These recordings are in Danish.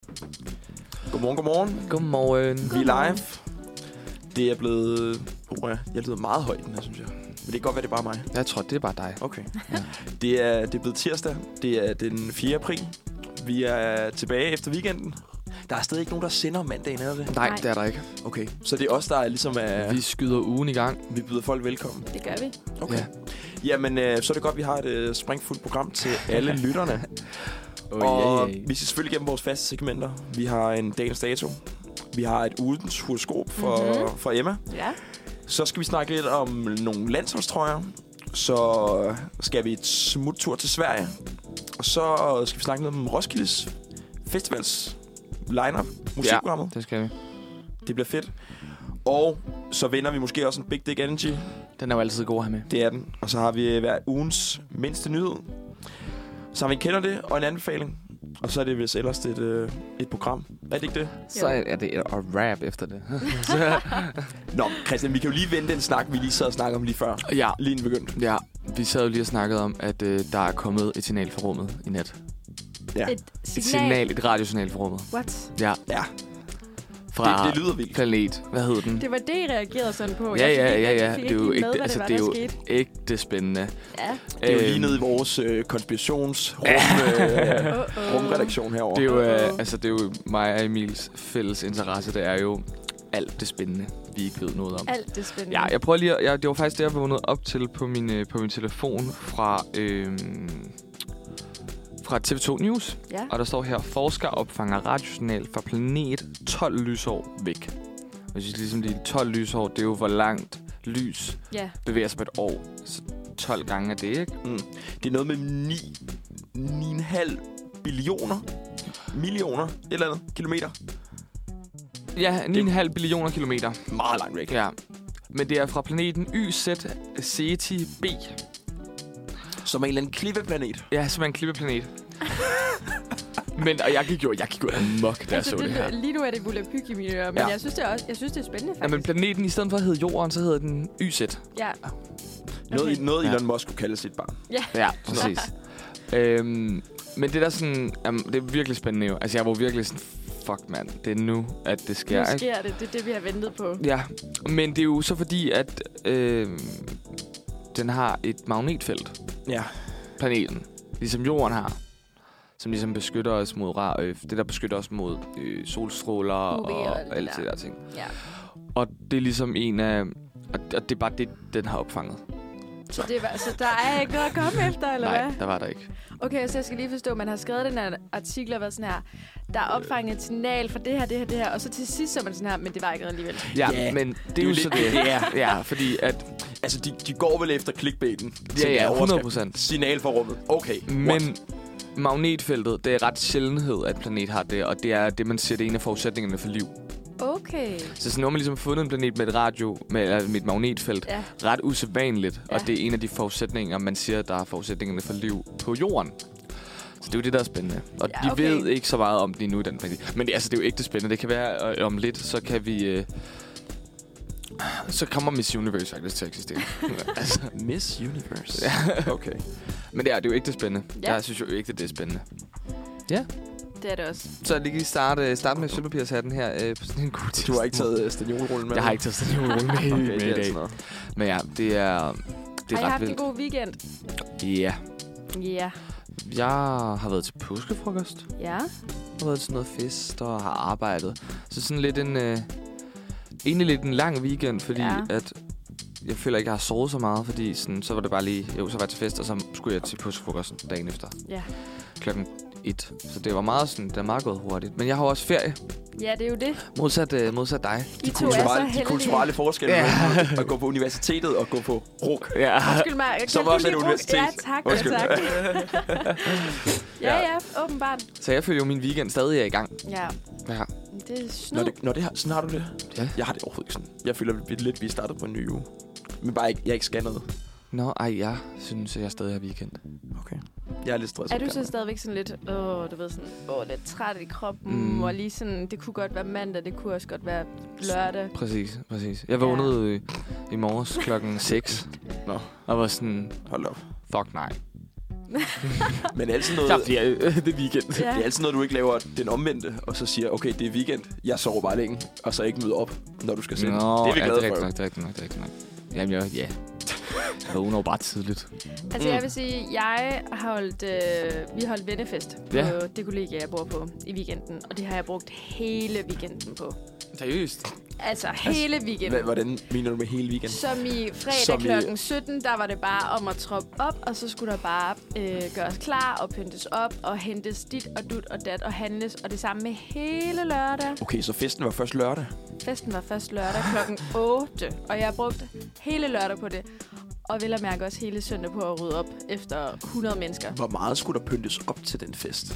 Godmorgen. Godmorgen. Vi er live. Det er blevet... jeg lyder meget højt den her, synes jeg. Men det kan godt være, det er bare mig. Jeg tror, det er bare dig. Okay. Ja. Det er blevet tirsdag. Det er den 4. april. Vi er tilbage efter weekenden. Der er stadig ikke nogen, der sender mandagen, er det? Nej, det er der ikke. Okay, så det er os, der ligesom er... Vi skyder ugen i gang. Vi byder folk velkommen. Det gør vi. Okay. Ja. Jamen, så er det godt, at vi har et sprængfuldt program til alle lytterne. Og vi skal selvfølgelig gennem vores faste segmenter. Vi har en dagens dato. Vi har et ugens horoskop for Emma. Ja. Så skal vi snakke lidt om nogle landsholdstrøjer. Så skal vi et smuttur til Sverige. Og så skal vi snakke lidt om Roskildes Festivals line-up, musikprogrammet. Ja, det skal vi. Det bliver fedt. Og så vinder vi måske også en Big Dick Energy. Den er jo altid god at have med. Det er den. Og så har vi hver ugens mindste nyhed. Så har vi kender det, og en anbefaling. Og så er det vist ellers et program. Er det ikke det? Så er det et rap efter det. Nå, Christian, vi kan jo lige vende den snak, vi lige sad og snakkede om lige før. Ja. Lige inden begyndt. Ja, vi sad jo lige og snakkede om, at der er kommet et signal fra rummet i nat. Ja. Et radiosignal fra rummet. What? Ja. Ja. Fra det lyder vildt. Planet. Hvad hed den? Det var det, I reagerede sådan på. Ja. Det er jo ikke med, det er jo ægte spændende. Ja. Det er jo lige nede i vores rumredaktion herovre. Det er jo, det er jo mig og Emils fælles interesse. Det er jo alt det spændende, vi ikke ved noget om. Alt det spændende. Ja, jeg prøver lige det var faktisk det, jeg vågnede op til på min telefon fra TV2 News. Ja. Og der står her, forsker opfanger radiosignal fra planet 12 lysår væk. Jeg synes ligesom, de 12 lysår, det er jo hvor langt lys bevæger sig på et år. Så 12 gange er det, ikke? Mm. Det er noget med 9,5 millioner, et eller andet, kilometer. Ja, 9,5 billioner kilometer. Meget langt væk. Ja. Men det er fra planeten YZ Ceti B. Som en eller anden klippeplanet. Ja, som er en klippeplanet. Og jeg gik jo amok, da jeg så det her. Lige nu er det volapyk i mine ører, men jeg synes det er spændende, faktisk. Ja, men planeten, i stedet for at hedde Jorden, så hedder den YZ. Ja. Okay. Noget Elon Musk kunne kalde sit barn. Ja, præcis. Men det der sådan... det er virkelig spændende jo. Altså, jeg var virkelig sådan... Fuck, mand. Det er nu, at det sker, Nu sker det. Det er det, vi har ventet på. Ja, men det er jo så fordi, at den har et magnetfelt. Ja. Planeten. Ligesom Jorden har. Som ligesom beskytter os mod det der beskytter os mod solstråler og alt det der ting. Ja. Og det er ligesom en af... Og det er bare det, den har opfanget. Så der er ikke noget at komme efter, eller hvad? Nej, der var der ikke. Okay, så jeg skal lige forstå, at man har skrevet den her artikel og været sådan her, der er opfanget et signal for det her, og så til sidst så er man sådan her, men det var ikke alligevel. Ja, men det er jo så det. Ja, fordi at... Altså, de går vel efter clickbaiten. Ja, 100%. Signal for rummet. Okay, men magnetfeltet, det er ret sjældenhed, at planet har det, og det er det, man siger, det er en af forudsætningerne for liv. Okay. Så nu har man ligesom fundet en planet med med et magnetfelt. Ja. Ret usædvanligt, og det er en af de forudsætninger, man siger, der er forudsætningerne for liv på Jorden. Så det er jo det, der er spændende. Og de ved ikke så meget om det endnu, den planet. Men det er jo ægte spændende. Det kan være, om lidt, så kan vi... så kommer Miss Universe faktisk til at eksistere. Miss Universe? Ja. Okay. Men det er jo ægte spændende. Ja. Jeg synes jo ikke, det er spændende. Ja. Det er det også. Så jeg lige starte med sølvpapirshatten her på sådan en god tid. Du har ikke taget stanniolrullen med? Jeg har ikke taget stanniolrullen med i dag. Men ja, det er ret vildt. Har I haft en god weekend? Ja. Ja. Jeg har været til påskefrokost. Ja. Jeg har været til noget fest og har arbejdet. Så sådan lidt egentlig lidt en lang weekend, fordi at jeg føler ikke, jeg har sovet så meget, fordi sådan, så var det bare lige... så var jeg til fest, og så skulle jeg til påskefrokosten dagen efter. Ja. Klokken 1. Så det var meget sådan, det er meget gået hurtigt. Men jeg har også ferie. Ja, det er jo det. Modsat dig. De kulturelle forskelle at gå på universitetet og gå på RUC. Ja. Undskyld mig, jeg som også er et universitet. Ja, tak. Ja, åbenbart. Så jeg føler jo, min weekend stadig er i gang. Ja. Det er snud. Sådan har du det? Ja. Jeg har det overhovedet ikke sådan. Jeg føler lidt, vi startede på en ny uge. Men bare ikke, jeg er ikke scannet. Jeg synes, at jeg stadig har weekend. Okay. Jeg er lidt stresset. Er du så stadigvæk sådan lidt, lidt træt i kroppen, og lige sådan, det kunne godt være mandag, det kunne også godt være lørdag. Præcis. Jeg vågnede i morges klokken 6. Nå. Og var sådan, hold op. fuck nej. Men altid noget... det er weekend. Ja. Det er altid noget, du ikke laver den omvendte, og så siger, okay, det er weekend, jeg sover bare længe, og så ikke møder op, når du skal sende. Det er vi glade for. Det er rigtigt nok. Jamen, ja. Jeg vågner bare tidligt. Altså, jeg vil sige, vi holdt vennefest på det kollegie, jeg bor på i weekenden, og det har jeg brugt hele weekenden på. Seriøst? Altså, hele weekenden. Hvordan mener du med hele weekenden? Som i fredag klokken 17, der var det bare om at troppe op, og så skulle der bare gøres klar og pyntes op og hentes dit og dut og dat og handles, og det samme med hele lørdag. Okay, så festen var først lørdag? Festen var først lørdag klokken 8, og jeg brugte hele lørdag på det. Og vil jeg mærke også hele søndag på at rydde op efter 100 mennesker. Hvor meget skulle der pyntes op til den fest?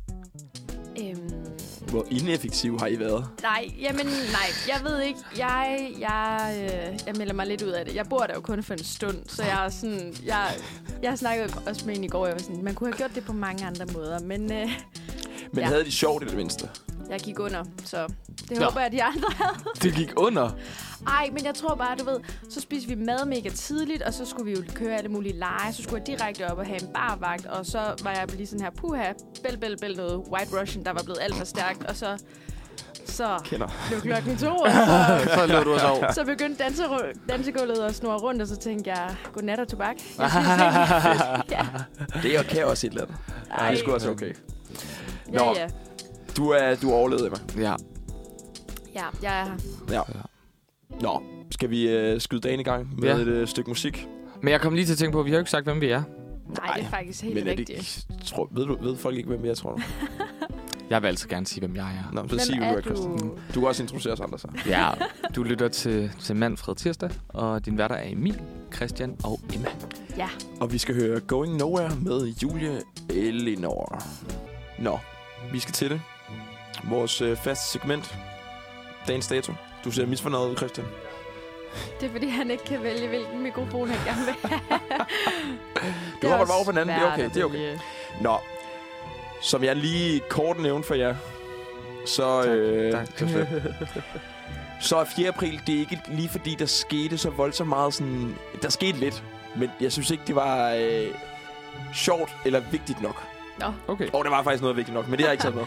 Hvor ineffektiv har I været? Nej, jeg ved ikke. Jeg melder mig lidt ud af det. Jeg bor der jo kun for en stund, så jeg er sådan... Jeg snakkede også med en i går, jeg var sådan, man kunne have gjort det på mange andre måder, men havde de sjovt i det mindste? Jeg gik under, så det håber jeg, at de andre havde. Det gik under? Ej, men jeg tror bare, du ved, så spiste vi mad mega tidligt, og så skulle vi jo køre alle mulige lege, så skulle jeg direkte op og have en barvagt, og så var jeg lige sådan her, bæl, noget White Russian, der var blevet alt for stærkt, og så blev klokken 2, og så lå du os over. Så begyndte dansegulvet at snurre rundt, og så tænkte jeg, godnat og tobak. Det kan også et eller andet. Det er sgu også okay. Nå, ja. Du overlevede, Emma. Ja. Ja, jeg er her. Ja. Nå, skal vi skyde dagen i gang med et stykke musik? Men jeg kom lige til at tænke på, at vi har jo ikke sagt, hvem vi er. Nej, det er faktisk helt rigtigt. Ved folk ikke, hvem vi er, tror du? Jeg vil altså gerne sige, hvem jeg er. Nå, så sig du, Christian. Du kan også introducere os andre, så. Ja, du lytter til Manfred Tirsdag, og din værter er Emil, Christian og Emma. Ja. Og vi skal høre Going Nowhere med Julie Elinor. Nå, vi skal til det. Vores faste segment. Dagens dato. Du ser misfornøjet ud, Christian. Det er, fordi han ikke kan vælge, hvilken mikrofon han gerne vil have. Du hopper bare over på den anden. Det er okay. Nå, som jeg lige kort nævnte for jer, så... Tak. Så er 4. april, det er ikke lige fordi, der skete så voldsomt meget sådan... Der skete lidt, men jeg synes ikke, det var sjovt eller vigtigt nok. Nå. Okay. Og det var faktisk noget vigtigt nok, men det har jeg ikke taget med.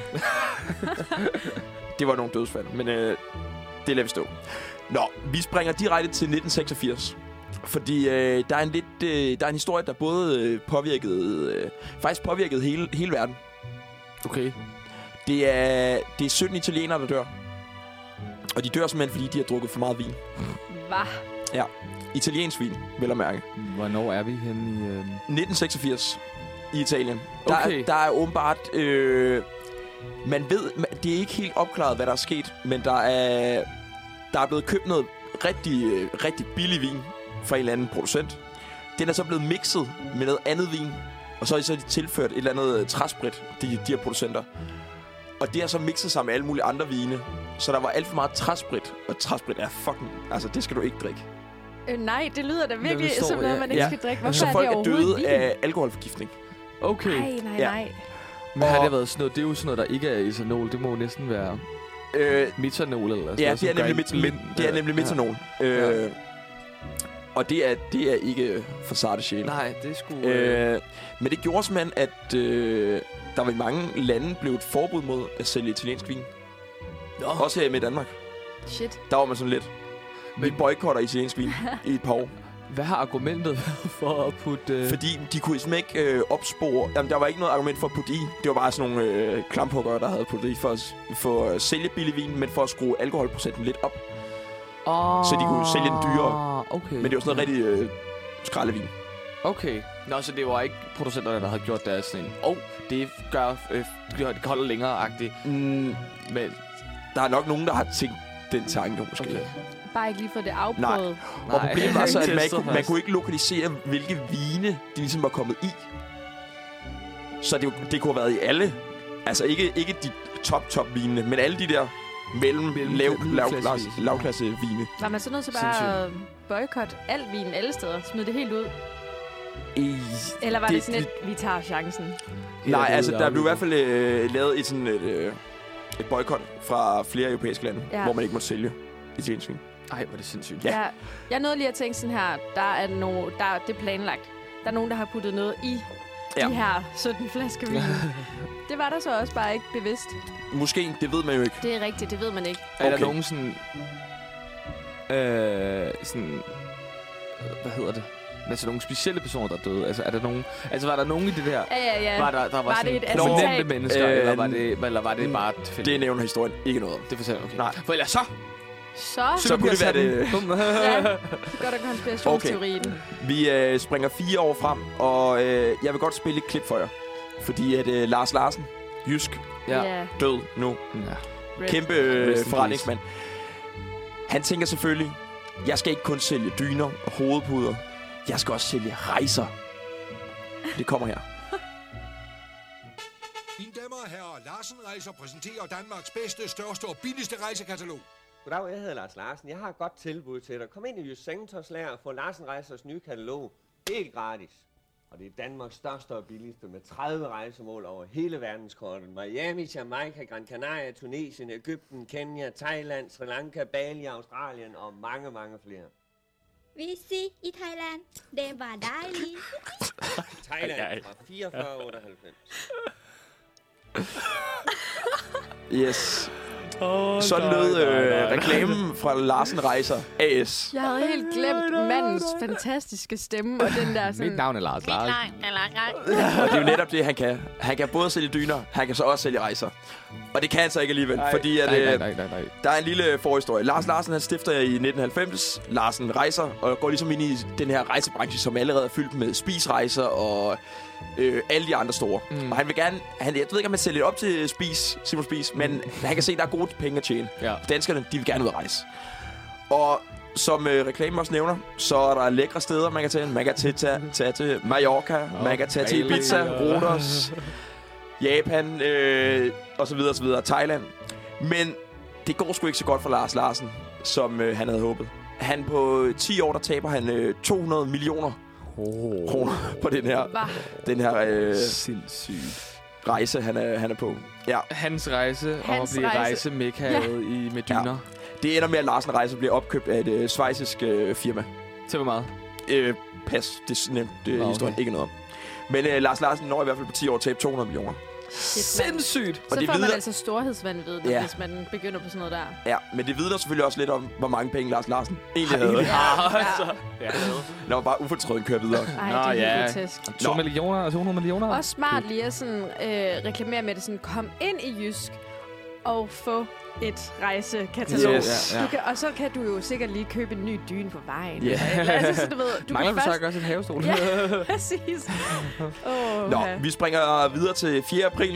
Det var nogle dødsfald, men det lader vi stå. Nå, vi springer direkte til 1986. Fordi der er en historie, der både påvirkede hele verden. Okay. Det er 17 italienere, der dør. Og de dør simpelthen, fordi de har drukket for meget vin. Hvad? Ja, italiensk vin, vel at mærke. Hvornår er vi henne i... 1986 i Italien. Okay. Der er åbenbart... man ved, det er ikke helt opklaret, hvad der er sket, men der er blevet købt noget rigtig billig vin fra en eller anden producent. Den er så blevet mixet med noget andet vin, og så er de tilført et eller andet træsprit, de her producenter. Og det har så mixet sig med alle mulige andre vine, så der var alt for meget træsprit, og træsprit er fucking... Altså, det skal du ikke drikke. Nej, det lyder da virkelig som noget, man ikke skal drikke. Hvorfor så folk er døde vin? Af alkoholforgiftning. Okay. Nej. Men har det været sådan noget? Det er jo sådan noget, der ikke er etanol. Det må jo næsten være metanol eller sådan noget. Ja, det er nemlig metanol. Og det er ikke for sarte sjæle. Nej, det er sgu... Men det gjorde simpelthen, at der var i mange lande blevet et forbud mod at sælge italiensk vin. Også her i Danmark. Shit. Der var man sådan lidt... Vi boykotter italiensk vin i et par år. Hvad har argumentet for at putte... Fordi de kunne simpelthen ikke opspore... Jamen, der var ikke noget argument for at putte i. Det var bare sådan nogle klamphuggere, der havde puttet i for at sælge billig vin, men for at skrue alkoholprocenten lidt op. Så de kunne sælge den dyrere. Okay. Men det var sådan noget rigtig skraldevin. Okay. Nå, så det var ikke producenterne, der havde gjort deres sådan en... det gør... det holder længere-agtigt. Men der er nok nogen, der har tænkt den tanke, måske. Okay. Bare ikke lige få det afprøvet. Nej. Og problemet var så, at man kunne ikke lokalisere, hvilke vine de ligesom var kommet i. Så det kunne have været i alle. Altså ikke de top vinene, men alle de der lavklasse vine. Var man så nødt til bare at boykotte alt vin alle steder? Smide det helt ud? Eller var det sådan et, vi tager chancen? Nej, altså der blev i hvert fald lavet et boykot fra flere europæiske lande, hvor man ikke måtte sælge italiensk vin. Ej, hvor er det sindssygt. Ja. Jeg nåede lige at tænke sådan her, det er planlagt. Der er nogen, der har puttet noget i de her 17 flasker vin. Det var der så også bare ikke bevidst. Måske, det ved man jo ikke. Det er rigtigt, det ved man ikke. Okay. Er der nogen sådan... hvad hedder det? Altså nogle specielle personer, der døde. Altså, er der nogen... Altså, var der nogen i det der... Ja. Der var sådan det prominente mennesker, eller var det bare tilfældigt? Det nævner historien ikke noget om. Det fortæller, okay. Nej. For ellers så kunne det være det. Ja, godt af konspirationsteorien. Vi springer 4 år frem, og jeg vil godt spille et klip for jer. Fordi at Lars Larsen, Jysk, død nu. Ja. Kæmpe forretningsmand. Han tænker selvfølgelig, jeg skal ikke kun sælge dyner og hovedpuder. Jeg skal også sælge rejser. Det kommer her. Mine damer og herrer, Larsen Rejser præsenterer Danmarks bedste, største og billigste rejsekatalog. Goddag, jeg hedder Lars Larsen. Jeg har et godt tilbud til dig. Kom ind i Jysk Sengetøjslager og få Larsen Rejsers nye katalog. Helt gratis. Og det er Danmarks største og billigste med 30 rejsemål over hele verdenskortet. Miami, Jamaica, Gran Canaria, Tunesien, Egypten, Kenya, Thailand, Sri Lanka, Bali, Australien og mange, mange flere. Visi i Thailand. Det var dejligt. Thailand fra 44,98. Yes. Sådan lød reklamen fra Larsen Rejser AS. Jeg havde helt glemt mandens fantastiske stemme og den der sådan... Mit navn er Lars Larsen. Og det er jo netop det, han kan. Han kan både sælge dyner, han kan så også sælge rejser. Og det kan han så ikke alligevel, fordi at, nej. der er en lille forhistorie. Lars Larsen, han stifter i 1990 Larsen Rejser, og går ligesom ind i den her rejsebranche, som allerede er fyldt med spisrejser og alle de andre store. Og han vil gerne... jeg ved ikke, om han sælger det op til Simon Spies, men han kan se, at der er gode penge at tjene. Ja. Danskerne, de vil gerne ud at rejse. Og som reklamen også nævner, så er der lækre steder, man kan tage. Man kan tage til Mallorca, man kan tage til Ibiza, Rhodos, Japan, og så videre, Thailand. Men det går sgu ikke så godt for Lars Larsen, som han havde håbet. Han på 10 år, der taber han 200 millioner kroner på den her sindssygt rejse, han er på. Ja. Hans rejse og blive rejsemekkaet med dyner. Ja. Det ender med, at Larsen Rejser bliver opkøbt af et schweizisk firma. Til hvor meget? Pas, det nævnte historien ikke noget om. Men Lars Larsen når i hvert fald på 10 år tabe 200 millioner. Sindssygt! Så får man altså storhedsvanvid, hvis man begynder på sådan noget der. Ja, men det vidner selvfølgelig også lidt om, hvor mange penge Lars Larsen egentlig havde. Ja. Når man bare ufortrødent kører videre. Ej, det er helt grotesk. 200 millioner? Også smart lige at sådan, reklamere med det sådan, kom ind i Jysk og få et rejsekatalog. Yes. Og så kan du jo sikkert lige købe en ny dyne på vejen. Altså, så du ved, mangler du så ikke også et havestol? Ja, præcis. Vi springer videre til 4. april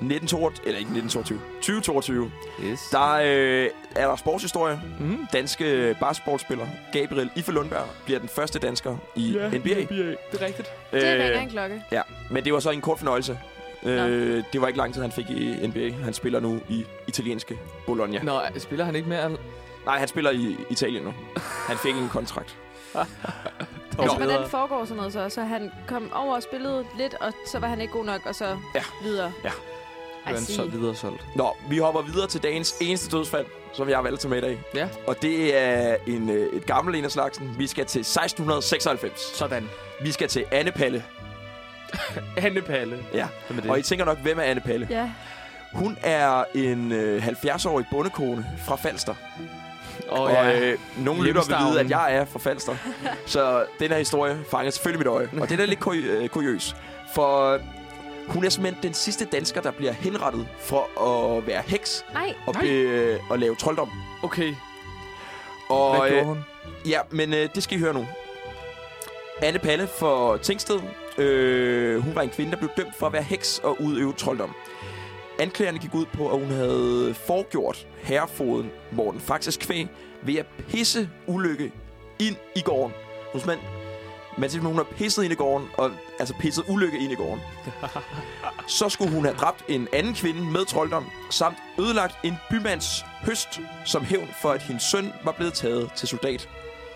2022. Yes. Der er der sportshistorie. Danske basketballspiller Gabriel Iffe Lundberg bliver den første dansker i NBA. Det er rigtigt. Det ringer en klokke. Ja, men det var så en kort fornøjelse. Det var ikke lang tid, han fik i NBA. Han spiller nu i italienske Bologna. Nå, spiller han ikke mere? Nej, han spiller i Italien nu. Han fik en kontrakt. Altså, hvordan foregår sådan noget så? Så han kom over og spillede lidt, og så var han ikke god nok, og så videre? Ja. Han så videre solgt. Nå, vi hopper videre til dagens eneste dødsfald, som jeg har valgt til med i dag. Ja. Og det er et gammelt en af slagsen. Vi skal til 1696. Sådan. Vi skal til Anne Palle. Anne Palle. Ja, og I tænker nok, hvem er Anne Palle? Ja. Hun er en 70-årig bondekone fra Falster. Nogle lytter vil vide, at jeg er fra Falster. Så den her historie fanger selvfølgelig mit øje. Og det er lidt kuriøs. For hun er simpelthen den sidste dansker, der bliver henrettet for at være heks. Og lave trolddom. Okay. Og, hvad gjorde hun? Ja, men det skal I høre nu. Anne Palle for Tingsted. Hun var en kvinde, der blev dømt for at være heks og udøve trolddom. Anklagerne gik ud på, at hun havde forgjort herrefoden Morten Faxes kvæg ved at pisse ulykke ind i gården. Man siger, hun har pisset ind i gården, og altså pisset ulykke ind i gården. Så skulle hun have dræbt en anden kvinde med trolddom, samt ødelagt en bymands høst som hævn for, at hendes søn var blevet taget til soldat.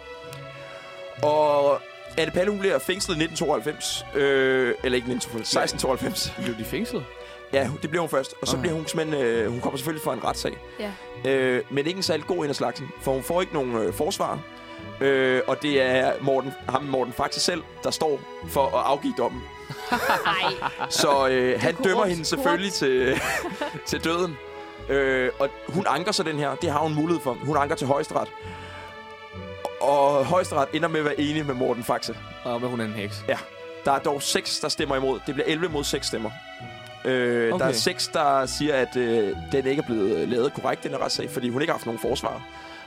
Og Anne Palle, hun bliver fængslet i 1992. Eller ikke 1992, 1692. Blev de fængslet? Ja, det bliver hun først. Og så bliver hun simpelthen... hun kommer selvfølgelig for en retssag. Ja. Men ikke en særlig god en af slagsen. For hun får ikke nogen forsvar. Og det er Morten Faxe selv, der står for at afgive dommen. Så han dømmer hende selvfølgelig til døden. Og hun anker så den her. Det har hun mulighed for. Hun anker til højesteret. Og højesteret ender med at være enig med Morten Faxe. Og med hun er en heks. Ja. Der er dog 6, der stemmer imod. Det bliver 11 mod 6 stemmer. Okay. Der er 6, der siger, at den ikke er blevet lavet korrekt, den her retssag, fordi hun ikke har haft nogen forsvar.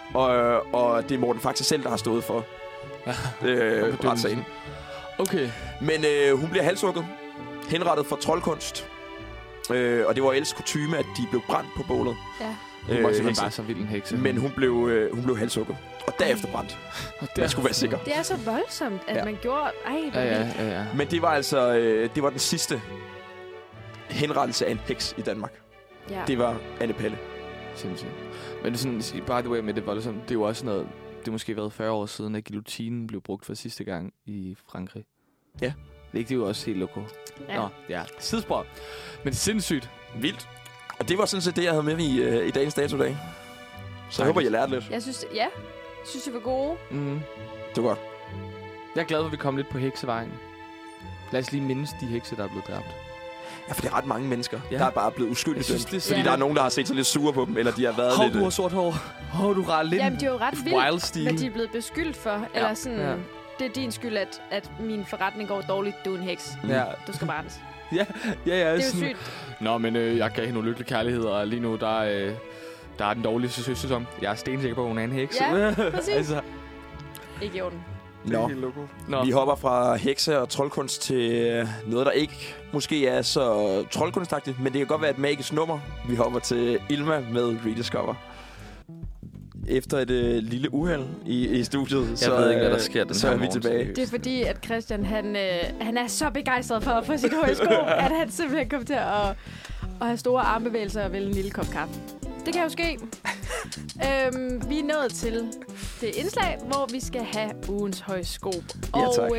Og det er Morten Faxe selv, der har stået for retssagen. Okay. Men hun bliver halshugget, henrettet for troldkunst. Og det var ellers kutyme, at de blev brændt på bålet. Ja. Hun var simpelthen bare så vild en hekse. Men hun blev halshugget. Og derefter brændt. Man skulle være sikker. Det er så voldsomt, at man gjorde... Ja. Men det var altså det var den sidste henrettelse af en heks i Danmark. Ja. Det var Anne Palle. Sindssygt. Men sådan, by the way med det voldsomt, det er jo også noget... Det har måske været 40 år siden, at guillotinen blev brugt for sidste gang i Frankrig. Ja. Det er jo også helt loko. Ja. Nå, ja. Sidespor. Men sindssygt. Vildt. Og det var sådan set det, jeg havde med i dagens dato-dag. Så jeg håber, jeg lærte lidt. Jeg synes, det var gode. Mm. Det var godt. Jeg er glad for, at vi kom lidt på heksevejen. Lad os lige mindes de hekse, der er blevet dræbt. Ja, for det er ret mange mennesker, der er bare blevet uskyldigt dømt. Fordi der er nogen, der har set sig lidt sure på dem, eller de har været lidt... du har sort hår. Du har lidt... Jamen, det er jo ret vildt, hvad de er blevet beskyldt for. Ja. Eller sådan, det er din skyld, at min forretning går dårligt. Du er en heks. Ja. Du skal brændes. Ja. Det er jo sygt. Nå, men jeg gav hende ulykkelig kærlighed, og lige nu, der er den dårligste søsæson. Jeg er stensikker på, at hun er en heks. Ja, præcis. Altså. Ikke i orden. Nå. Vi hopper fra hekse og troldkunst til noget, der ikke måske er så troldkunstagtigt, men det kan godt være et magisk nummer. Vi hopper til Ilma med Rediscover. Efter et lille uheld i studiet, jeg ved ikke, hvad der sker den så her er vi tilbage. Det er fordi, at Christian han er så begejstret for at få sit horoskop, at han simpelthen kom til at have store armbevægelser og vælge en lille kop kaffe. Det kan jo ske. Vi er nået til det indslag, hvor vi skal have ugens horoskop. Og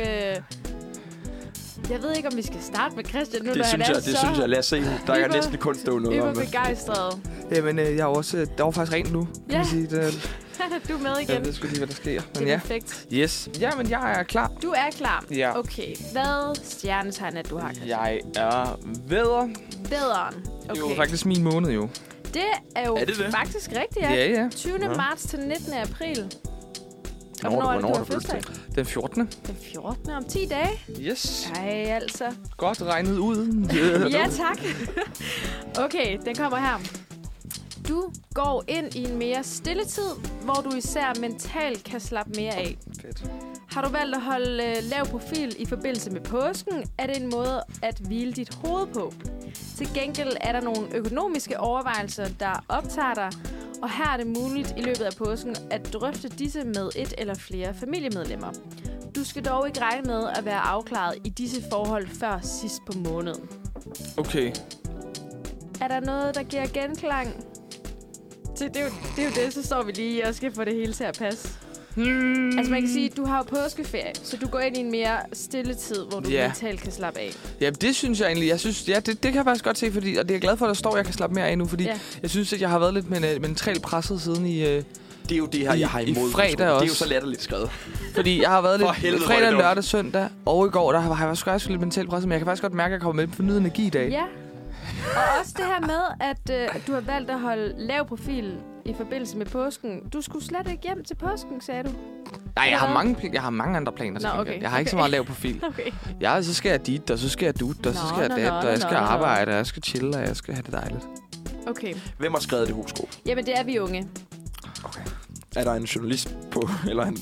jeg ved ikke, om vi skal starte med Christian nu, det synes jeg. Lad os se. Der er næsten kun stå noget om det. Vi var begejstrede. Jamen, jeg er også... Der var faktisk rent nu, kan man sige. Du er med igen. Jeg ved sgu lige, hvad der sker. Men det er perfekt. Yes. Jamen, jeg er klar. Du er klar? Ja. Okay. Hvad stjernetegn er du har, Christian? Jeg er vædder. Vædderen. Okay. Det er jo faktisk min måned, jo. Det er jo faktisk rigtigt, ja. Ja. 20. marts til 19. april. Og hvornår er det, du har fødselsdag? Den 14. Den 14. om 10 dage? Yes. Ej, altså. Godt regnet ud. Ja, tak. Okay, den kommer her. Du går ind i en mere stille tid, hvor du især mentalt kan slappe mere af. Fedt. Har du valgt at holde lav profil i forbindelse med påsken, er det en måde at hvile dit hoved på. Til gengæld er der nogle økonomiske overvejelser, der optager dig, og her er det muligt i løbet af påsken at drøfte disse med et eller flere familiemedlemmer. Du skal dog ikke regne med at være afklaret i disse forhold før sidst på måneden. Okay. Er der noget, der giver genklang? Det er jo det, så står vi lige og skal få det hele til at passe. Altså man kan sige, at du har jo påskeferie, så du går ind i en mere stille tid, hvor du mentalt kan slappe af. Ja, det synes jeg egentlig. Jeg synes, det kan jeg faktisk godt se, fordi, og det er jeg glad for, at der står, at jeg kan slappe mere af nu, fordi jeg synes, at jeg har været lidt mentalt presset siden i... Det er jo det her, jeg har imod. I fredag også. Det er jo så latterligt skrevet. Fordi jeg har været lidt fredag, lørdag, søndag, og i går, der har jeg faktisk lidt mentalt presset, men jeg kan faktisk godt mærke, at jeg kommer med på ny energi i dag. Ja. Og også det her med, at du har valgt at holde lav profil i forbindelse med påsken. Du skulle slet ikke hjem til påsken, sagde du? Nej, jeg har mange andre planer. Okay. Jeg har ikke så meget lav profil. Okay. Ja, så skal jeg dit, og så skal jeg dut, og så skal jeg dat, og jeg skal arbejde, og jeg skal chille, og jeg skal have det dejligt. Okay. Hvem har skrevet det horoskop? Jamen, det er vi unge. Okay. Er der en journalist på, eller en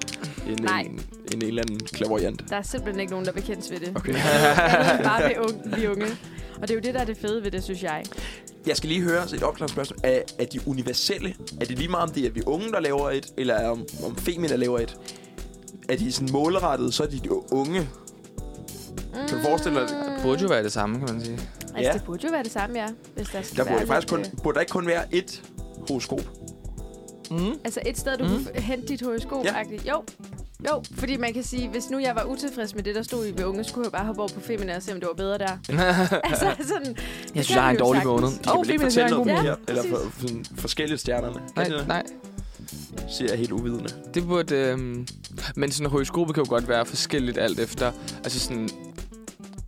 eller anden klaverjant? Der er simpelthen ikke nogen, der bekendes ved det. Okay. Bare vi unge. Og det er jo det, der er det fede ved det, synes jeg. Jeg skal lige høre et opklarende spørgsmål. Er de universelle? Er det lige meget om det er vi unge, der laver et, eller er om feminin, der laver et? Er de sådan målrettet, så er de unge? Kan du forestille dig? Det burde jo være det samme, kan man sige. Altså, det burde jo være det samme, ja. Hvis der skal være faktisk burde der ikke kun være ét horoskop? Altså et sted, du kunne hente dit horoskop-agtigt? Jo, fordi man kan sige, hvis nu jeg var utilfreds med det, der stod i ved unge, skulle jeg bare hoppe over på Femina og se, om det var bedre der. Altså sådan... Jeg synes, jeg har en dårlig måned. De kan vel ikke fortælle noget mere? Eller forskellige stjernerne? Nej. Siger jeg helt uvidende. Det burde... men sådan en horoskop kan jo godt være forskelligt alt efter... Altså sådan...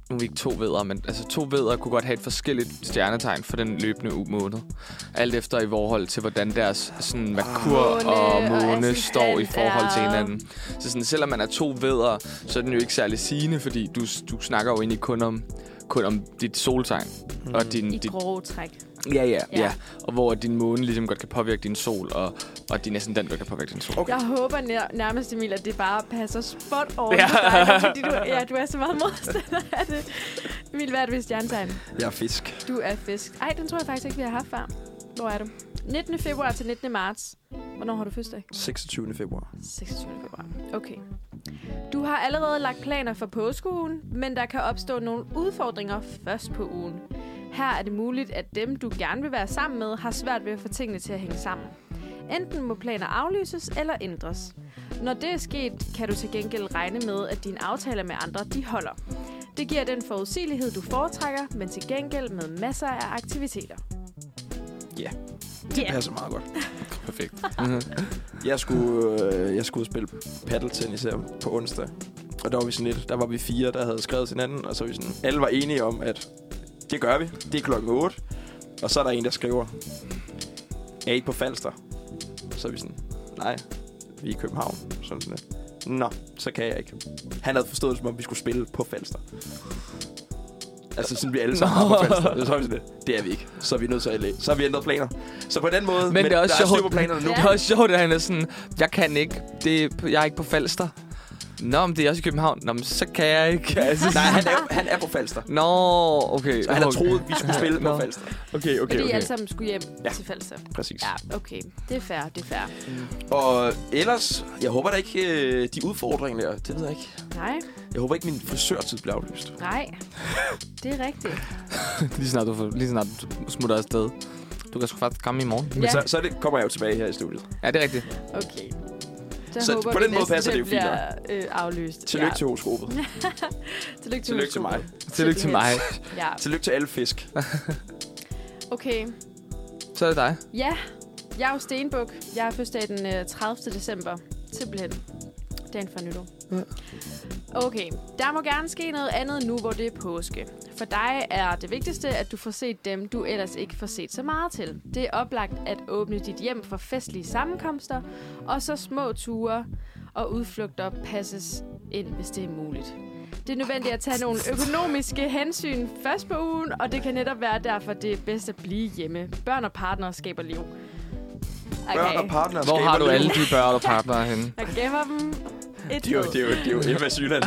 nu er vi ikke 2 væddere, men altså 2 væddere kunne godt have et forskelligt stjernetegn for den løbende måned. Alt efter i forhold til, hvordan deres sådan, Merkur og måne står i forhold til hinanden. Så sådan, selvom man er 2 væddere, så er den jo ikke særlig sigende, fordi du snakker jo egentlig kun om dit soltegn. Og I grove træk. Ja. Og hvor din måne ligesom godt kan påvirke din sol, og din ascendant godt kan påvirke din sol. Okay. Jeg håber nærmest, Emil, at det bare passer spot over til dig, fordi du er så meget modstander af det. Emil, hvad er det ved stjernetegn? Jeg er fisk. Du er fisk. Ej, den tror jeg faktisk ikke, vi har haft før. Hvor er du? 19. februar til 19. marts. Hvornår har du fødselsdag? 26. februar. 26. februar. Okay. Du har allerede lagt planer for påskeugen, men der kan opstå nogle udfordringer først på ugen. Her er det muligt, at dem, du gerne vil være sammen med, har svært ved at få tingene til at hænge sammen. Enten må planer aflyses eller ændres. Når det er sket, kan du til gengæld regne med, at dine aftaler med andre, de holder. Det giver den forudsigelighed, du foretrækker, men til gengæld med masser af aktiviteter. Ja, det passer meget godt. Perfekt. Jeg skulle spille paddeltennis her på onsdag. Og der var vi 4, der havde skrevet til hinanden, og så var vi sådan, alle var enige om, at det gør vi. Det er klokken 8. Og så er der en, der skriver, er I ikke på Falster? Så er vi sådan, nej, vi er i København. Sådan det. Nå, så kan jeg ikke. Han havde forstået det, som om vi skulle spille på Falster. Altså sådan vi alle sammen på Falster. Så er vi sådan, det er vi ikke. Så er vi nødt til at så har vi ændret planer. Så på den måde, men det er også der er styr på planerne nu. Det er også sjovt, at han er sådan, jeg kan ikke. Jeg er ikke på Falster. Nå, men det er også i København. Nå, men så kan jeg ikke. Nej, han er på Falster. Nå, okay. Så han har troet, vi skulle spille på Falster. Okay. Fordi I alle sammen skulle hjem til Falster. Præcis. Ja, okay. Det er fair. Og ellers, jeg håber da ikke de udfordringer der. Det ved jeg ikke. Nej. Jeg håber ikke, min frisørtid bliver aflyst. Nej, det er rigtigt. lige snart du smutter afsted. Du kan sgu faktisk komme i morgen. Men så kommer jeg jo tilbage her i studiet. Ja, det er rigtigt. Okay. Så håber på den måde passer det jo fint. Aflyst. Tillykke til horoskopet. Tillykke til mig. Tillykke til mig. Ja. Tillykke til alle fisk. Okay. Så er det dig. Ja, jeg er jo Stenbuk. Jeg har fødselsdag den 30. december. Simpelthen. Dagen før nytår. Ja. Okay, der må gerne ske noget andet nu, hvor det er påske. For dig er det vigtigste, at du får set dem, du ellers ikke får set så meget til. Det er oplagt at åbne dit hjem for festlige sammenkomster, og så små ture og udflugter passes ind, hvis det er muligt. Det er nødvendigt at tage nogle økonomiske hensyn først på ugen, og det kan netop være derfor, det er bedst at blive hjemme. Børn og partnere skaber liv. Okay. Børn og partnere Hvor har du alle de børn og partnere henne? Jeg gemmer dem et sted. Det er jo Emma Jylland.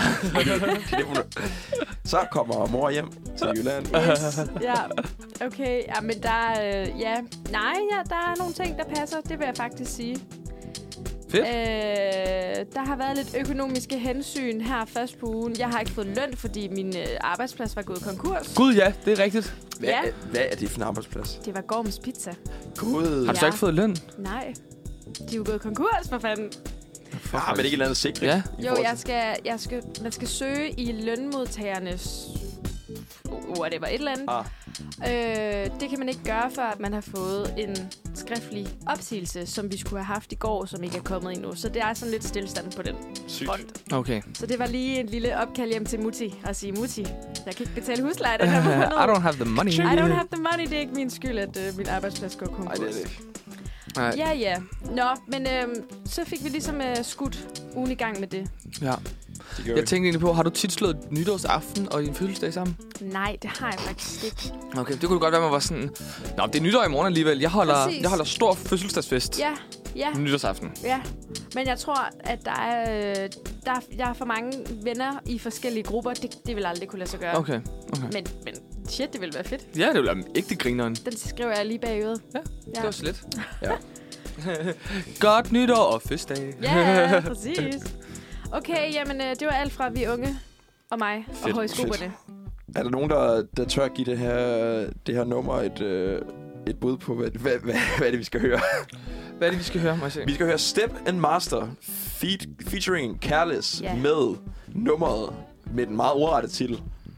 Så kommer mor hjem til Jylland. Yes. Ja, okay. Ja, men der der er nogle ting, der passer. Det vil jeg faktisk sige. Fedt. Der har været lidt økonomiske hensyn her først på ugen. Jeg har ikke fået løn, fordi min arbejdsplads var gået konkurs. Gud ja, det er rigtigt. Hvad er det for en arbejdsplads? Det var Gorms Pizza. Gud. Har du så ikke fået løn? Nej. De er jo gået konkurs, for fanden. Men det ikke et eller andet sikring? Ja. Jo, man skal søge i lønmodtagernes whatever, et eller andet. Det kan man ikke gøre, før at man har fået en skriftlig opsigelse, som vi skulle have haft i går, som ikke er kommet endnu. Så det er sådan lidt stillestand på den front. Okay. Så det var lige en lille opkald hjem til Mutti og sige, Mutti, jeg kan ikke betale husleje den her måned. I don't have the money. I don't have the money. Det er ikke min skyld, at min arbejdsplads går konkurs. Nej, det er det ikke. Ja. Nå, men så fik vi ligesom skudt ugen i gang med det. Ja. Jeg tænkte egentlig på, har du tit slået nytårsaften og din fødselsdag sammen? Nej, det har jeg faktisk ikke. Okay, det kunne godt være, man var sådan, nå, det er nytår i morgen alligevel. Jeg holder stor fødselsdagsfest. Ja. Nytårsaften. Ja, men jeg tror, at jeg er for mange venner i forskellige grupper. Det vil aldrig kunne lade sig gøre. Okay. Men shit, det ville være fedt. Ja, det ville være ægte grineren. Den skriver jeg lige bag øret. Ja, det var slet. Ja. Godt nytår og fødselsdag. Ja, præcis. Okay, jamen det var alt fra Vi Unge og mig og højskoberne. Er der nogen, der tør give det her nummer et bud på, hvad er det, vi skal høre? Hvad er det, vi skal høre, må jeg se? Vi skal høre Step and Master featuring Careless med nummeret med den meget ordrette titel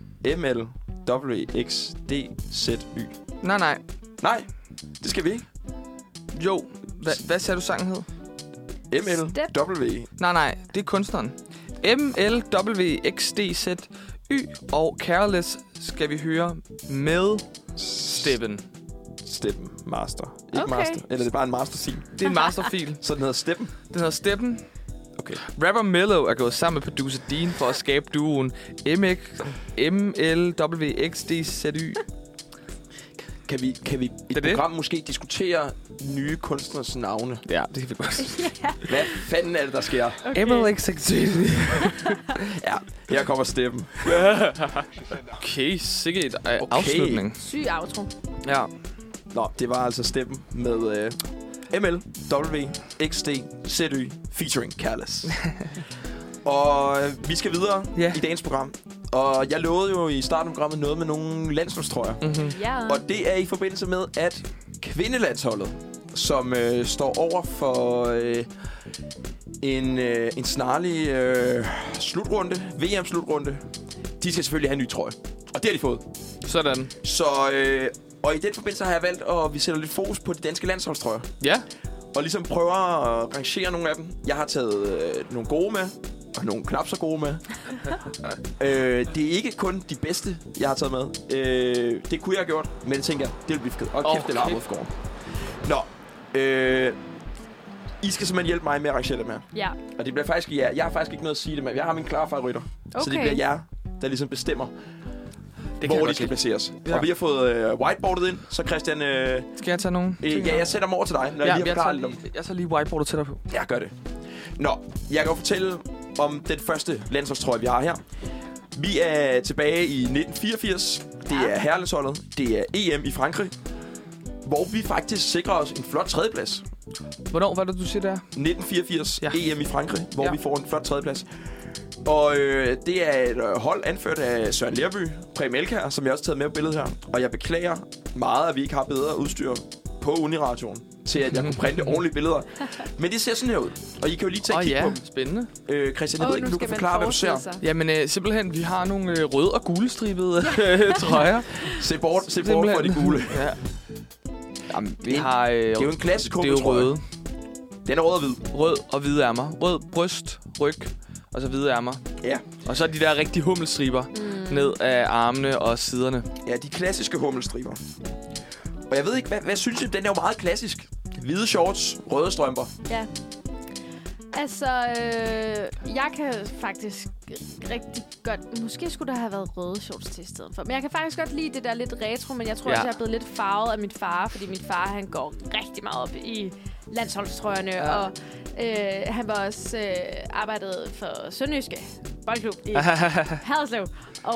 MLWXDZY. Nej. Nej, det skal vi ikke. Jo, hvad sagde du sangen hed? MLW. Nej, det er kunstneren. MLWXDZY. og Careless skal vi høre med Steppen. Steppen Master. Ikke Master. Eller det er bare en masterfil. Det er en masterfil. Så den hedder Steppen? Den hedder Steppen. Okay. Rapper Mellow er gået sammen med producer Dean for at skabe duoen MLWXDZY. Kan vi i programmet måske diskutere nye kunstners navne? Ja, det kan vi godt. Hvad fanden er det, der sker? Okay. MLXDZY. Ja, her kommer Steppen. Okay, sikkert afslutning. Syg outro. Ja. Nå, det var altså Steppen med MLWXDZY featuring Careless. Og vi skal videre i dagens program. Og jeg lovede jo i starten af programmet noget med nogle landsholdstrøjer. Mm-hmm. Yeah. Og det er i forbindelse med, at kvindelandsholdet, som står over for en snarlig slutrunde, VM-slutrunde, de skal selvfølgelig have en ny trøje. Og det har de fået. Sådan. Så, og i den forbindelse har jeg valgt, at vi sætter lidt fokus på de danske landsholdstrøjer. Ja. Og ligesom prøver at rangere nogle af dem. Jeg har taget nogle gode med, og nogle knap så gode med. Det er ikke kun de bedste, jeg har taget med. Det kunne jeg have gjort, men det tænker jeg, det vil blive fedt. Og kæft, det larmer ud for gården. Nå, I skal simpelthen hjælpe mig med at rangere det med. Ja. Og det bliver faktisk jer. Jeg har faktisk ikke noget at sige det med. Jeg har mine klare favoritter. Okay. Så det bliver jer, der ligesom bestemmer, hvor de skal placeres. Ja. Og vi har fået whiteboardet ind, så Christian... Skal jeg tage nogen? Ja, jeg sætter dem over til dig, når jeg lige har forklaret lidt om. Jeg tager lige whiteboardet til dig på. Ja, gør det. Nå, jeg kan jo fortælle om den første landsholdstrøje, vi har her. Vi er tilbage i 1984. Det er herrelandsholdet. Det er EM i Frankrig, hvor vi faktisk sikrer os en flot tredjeplads. Hvornår var det, du siger der? 1984 EM i Frankrig, hvor vi får en flot tredjeplads. Og det er et hold anført af Søren Lerby, Preben Elkjær, som jeg også har taget med på billedet her. Og jeg beklager meget, at vi ikke har bedre udstyr på Uniradioen til, at jeg kunne printe ordentlige billeder. Men det ser sådan her ud. Og I kan jo lige tage kig på dem. Spændende. Christian, jeg ved ikke, du kan forklare, hvad du ser. Jamen, simpelthen, vi har nogle røde og gule-stribede trøjer. Se bort for de gule. Ja. Jamen, vi har... det er jo en klassisk det er jo røde. Den er rød og hvid. Rød og hvide ærmer. Rød bryst, ryg og så hvide ærmer. Ja. Og så de der rigtig hummelstriber ned af armene og siderne. Ja, de klassiske hummelstriber. Og jeg ved ikke, hvad synes I? Den er jo meget klassisk. Hvide shorts, røde strømper. Ja. Altså, jeg kan faktisk rigtig godt... Måske skulle der have været røde shorts til i stedet for. Men jeg kan faktisk godt lide det der lidt retro, men jeg tror også, jeg er blevet lidt farvet af min far, fordi min far, han går rigtig meget op i landsholdstrøjerne, og han var også arbejdet for Sønderjyske Boldklub i Haderslev,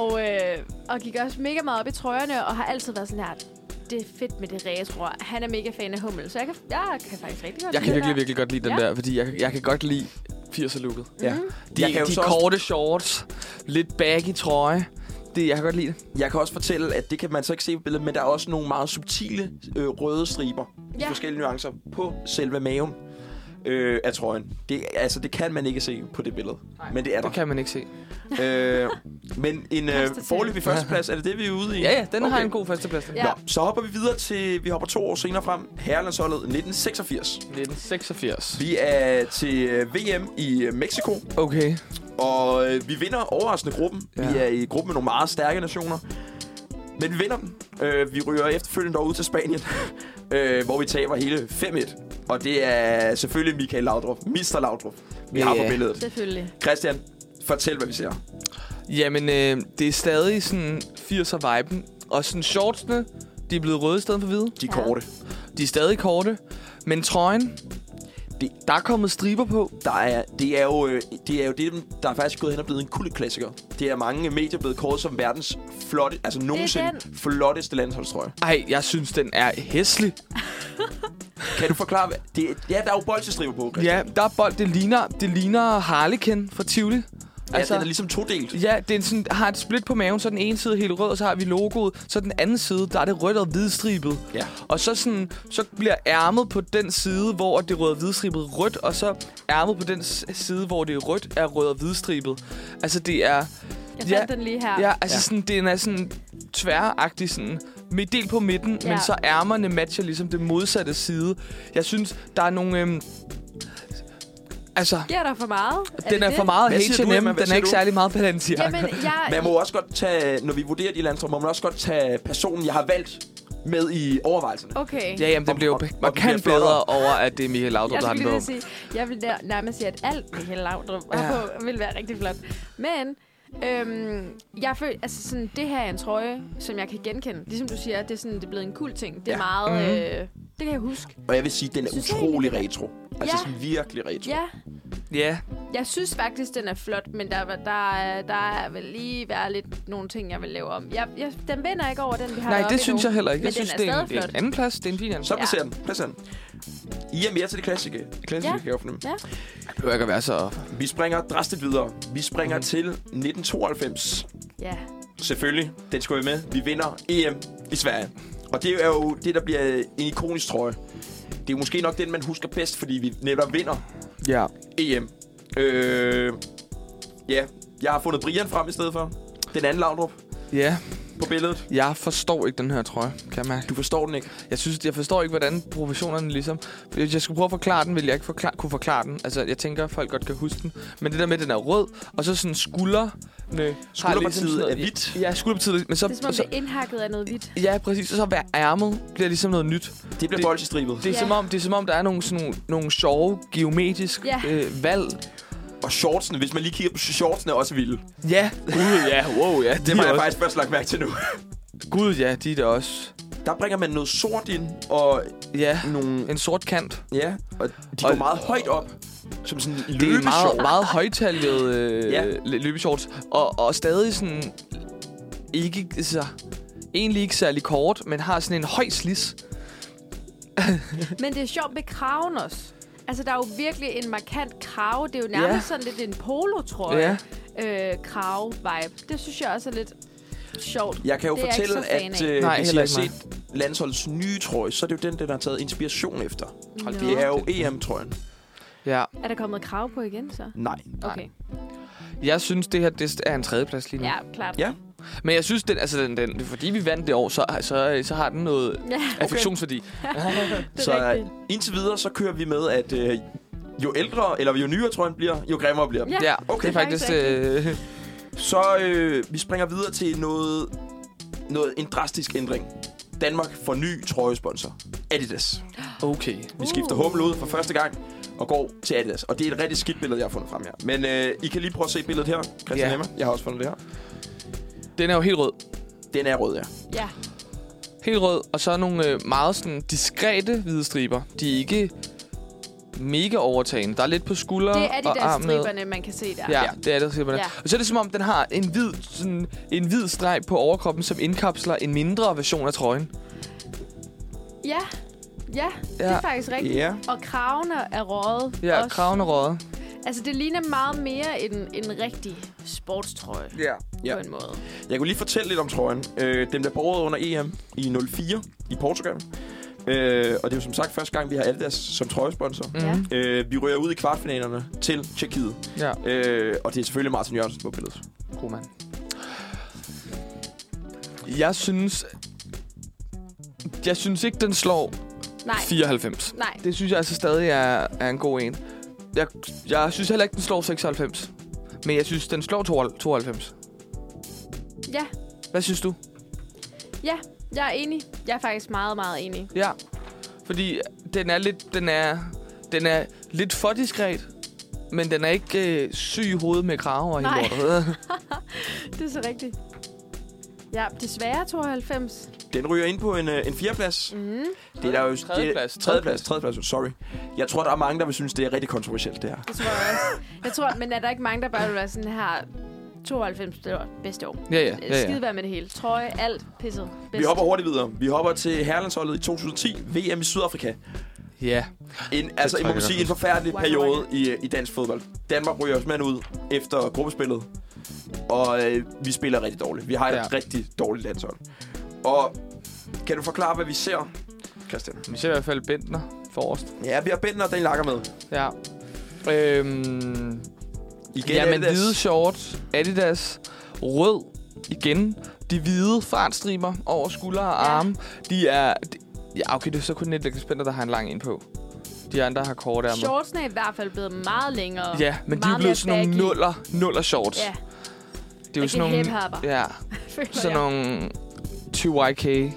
og gik også mega meget op i trøjerne, og har altid været sådan her... Det er fedt med det retro. Han er mega fan af Hummel, så jeg kan faktisk rigtig godt lide det. Jeg kan virkelig godt lide den der, fordi jeg kan godt lide 80'er-looket. Ja. De korte shorts, lidt baggy trøje. Jeg kan godt lide det. Jeg kan også fortælle, at det kan man så ikke se på billedet, men der er også nogle meget subtile røde striber i forskellige nuancer på selve maven af trøjen. Det kan man ikke se på det billede, men det er der. Det kan man ikke se. Men en foreløbig førsteplads, er det vi er ude i? Ja, den har en god førsteplads. Ja. Nå, så hopper vi videre til, vi hopper 2 år senere frem, herrelandsholdet 1986. 1986. Vi er til VM i Mexico. Okay. Og vi vinder overraskende gruppen. Ja. Vi er i gruppen med nogle meget stærke nationer. Men vi vinder den. Vi ryger efterfølgende ud til Spanien, hvor vi taber hele 5-1. Og det er selvfølgelig Michael Laudrup, Mr. Laudrup, vi har på billedet. Selvfølgelig. Christian, fortæl, hvad vi ser. Jamen, det er stadig sådan 80'er-viben. Og sådan shortsene, de er blevet røde i stedet for hvide. De er korte. De er stadig korte. Men trøjen, der er kommet striber på. Det er jo det, der er faktisk gået hen og blevet en kultklassiker. Det er mange medier blevet kåret som verdens flotte, altså nogensinde flotteste landsholdstrøje. Ej, jeg synes, den er hæslig. Kan du forklare, hvad? Der er jo boldestriber på, Christian. Ja, der er bold. Det ligner Harlequin fra Tivoli. Ja, den er ligesom todelt. Ja, den sådan, har et split på maven, så den ene side er helt rød, og så har vi logoet. Så den anden side, der er det rødt og hvidstribet. Ja. Og så bliver ærmet på den side, hvor det rød og hvidstribet rødt, og så ærmet på den side, hvor det er rødt, er rød og hvidstribet. Altså, det er... Jeg fandt den lige her. Ja, altså sådan, den er sådan tværagtig, sådan med del på midten, men så ærmerne matcher ligesom det modsatte side. Jeg synes, der er nogle... Altså, giver der for meget? Den er for meget H&M. Den er ikke særlig meget Balenciaga. Jamen, man må også godt tage, når vi vurderer de landstrøm, må man også godt tage personen, jeg har valgt, med i overvejelserne. Okay. Ja, jamen, det bliver jo markant bedre over, at det er Michael Laudrup, der har den på. Jeg vil nærmest sige, at alt Michael Laudrup på vil være rigtig flot. Men jeg føler, altså sådan, det her er en trøje, som jeg kan genkende. Ligesom du siger, det er sådan, det er blevet en cool ting. Det er meget... det kan jeg huske. Og jeg vil sige, at den er utrolig retro. Altså sådan virkelig retro. Ja. Jeg synes faktisk, den er flot, men der er vel lige været lidt nogle ting, jeg vil lave om. Den vinder ikke over den, vi har. Nej, det synes jeg heller ikke. Jeg synes, det er en anden plads. Det er en fin anden. Så placerer den. I er mere til det klassiske. Ja. Kan jeg fornemme. Det behøver ikke at være så... Vi springer drastisk videre. Vi springer til 1992. Ja. Selvfølgelig. Den skal vi med. Vi vinder EM i Sverige. Og det er jo det, der bliver en ikonisk trøje. Det er jo måske nok den, man husker bedst, fordi vi netop vinder EM. Jeg har fundet Brian frem i stedet for. Den anden Laudrup. Ja. På billedet. Jeg forstår ikke den her trøje, kan jeg mærke. Du forstår den ikke? Jeg forstår ikke, hvordan proportionerne ligesom... Hvis jeg skulle prøve at forklare den, ville jeg ikke kunne forklare den. Altså, jeg tænker, at folk godt kan huske den. Men det der med, at den er rød, og så sådan skulderpartiet er hvidt. Ja, skulderpartiet. Men så, det er som om, det er indhakket af noget hvidt. Ja, præcis. Og så hver ærmet bliver ligesom noget nyt. Det bliver bolchestribet. Det er som om, der er nogle sjove geometriske valg. Og shortsene, hvis man lige kigger på shortsene, er også vilde. Ja, gud ja, wow ja. Det har jeg faktisk først lagt mærke til nu. Gud ja, de er der også. Der bringer man noget sort ind, og en sort kant. Ja, og de går meget højt op. Som sådan det er meget højtalget løbeshorts. Og stadig sådan, egentlig ikke særlig kort, men har sådan en høj slis. Men det er sjovt med kraven også. Altså, der er jo virkelig en markant krave. Det er jo nærmest sådan lidt en polotrøje. Krave-vibe. Det synes jeg også er lidt sjovt. Jeg kan jo fortælle, at hvis jeg har set landsholdets nye trøje, så er det jo den har taget inspiration efter. Det er jo EM-trøjen. Ja. Er der kommet krav på igen, så? Nej. Okay. Jeg synes, det her det er en tredjeplads lige nu. Ja, klart. Ja. Men jeg synes, den, fordi vi vandt det år, så har den noget affektionsværdi. Så indtil videre, så kører vi med, at jo ældre, eller jo nyere trøjen bliver, jo grimmere bliver den. Ja, okay. Det er faktisk... Så vi springer videre til en drastisk ændring. Danmark får ny trøjesponsor. Adidas. Okay. Vi skifter Hummel ud for første gang og går til Adidas. Og det er et rigtig skidt billede, jeg har fundet frem her. Men I kan lige prøve at se billedet her, Christian Emma. Jeg har også fundet det her. Den er jo helt rød. Den er rød, ja. Ja. Helt rød, og så nogle meget sådan diskrete hvide striber. De er ikke mega overtagende. Der er lidt på skuldre og armene. Det er Adidas-striberne, man kan se der. Ja, det er Adidas-striberne. Ja. Og så er det som om, den har en hvid streg på overkroppen, som indkapsler en mindre version af trøjen. Ja, det er faktisk rigtigt. Ja. Og kravene er røget. Ja, kravene er røget. Altså, det ligner meget mere en rigtig sportstrøje. Ja. På en måde. Jeg kunne lige fortælle lidt om trøjen. Den blev båret under EM i 04 i Portugal. Og det er jo som sagt første gang, vi har Adidas som trøjesponsor. Vi ryger ud i kvartfinalerne til Tjekkiet. Ja. Og det er selvfølgelig Martin Jørgensen på billedet. God mand. Jeg synes ikke, den slår 94. Nej. Det synes jeg altså stadig er en god en. Jeg synes heller ikke, den slår 96. Men jeg synes, den slår 92. Ja. Hvad synes du? Ja, jeg er enig. Jeg er faktisk meget, meget enig. Ja, fordi den er lidt for diskret, men den er ikke syg i hovedet med kraver og hele lortet. Det er så rigtigt. Ja, desværre 92. Den ryger ind på en fjerdeplads. Mm. Det er jo Tredjeplads, sorry. Jeg tror, der er mange, der vil synes, det er rigtig kontroversielt, det her. Det tror jeg også. Men er der ikke mange, der bare vil være sådan her 92 bedste år? Ja. Skide være med det hele. Trøje, alt pisset. Vi hopper hurtigt videre. Vi hopper til herrelandsholdet i 2010. VM i Sydafrika. Ja. En forfærdelig periode i dansk fodbold. Danmark ryger os mand ud efter gruppespillet. Og vi spiller rigtig dårligt. Vi har et rigtig dårligt landshold. Og kan du forklare, hvad vi ser, Christian? Vi ser i hvert fald Bentner forrest. Ja, vi har Bentner og Daniel Lager med. Ja. Igen men hvide shorts, Adidas, rød igen. De hvide fartstriber over skuldre og arme. De er... Ja, okay, det er så kun Netflix Spænder, der har en lang en på. De andre har korte ærmer. Shortsene er i hvert fald blevet meget længere. Ja, men de er blevet sådan nogle nuller shorts. Ja. Det er jo sådan nogle... Ja, sådan nogle 2YK.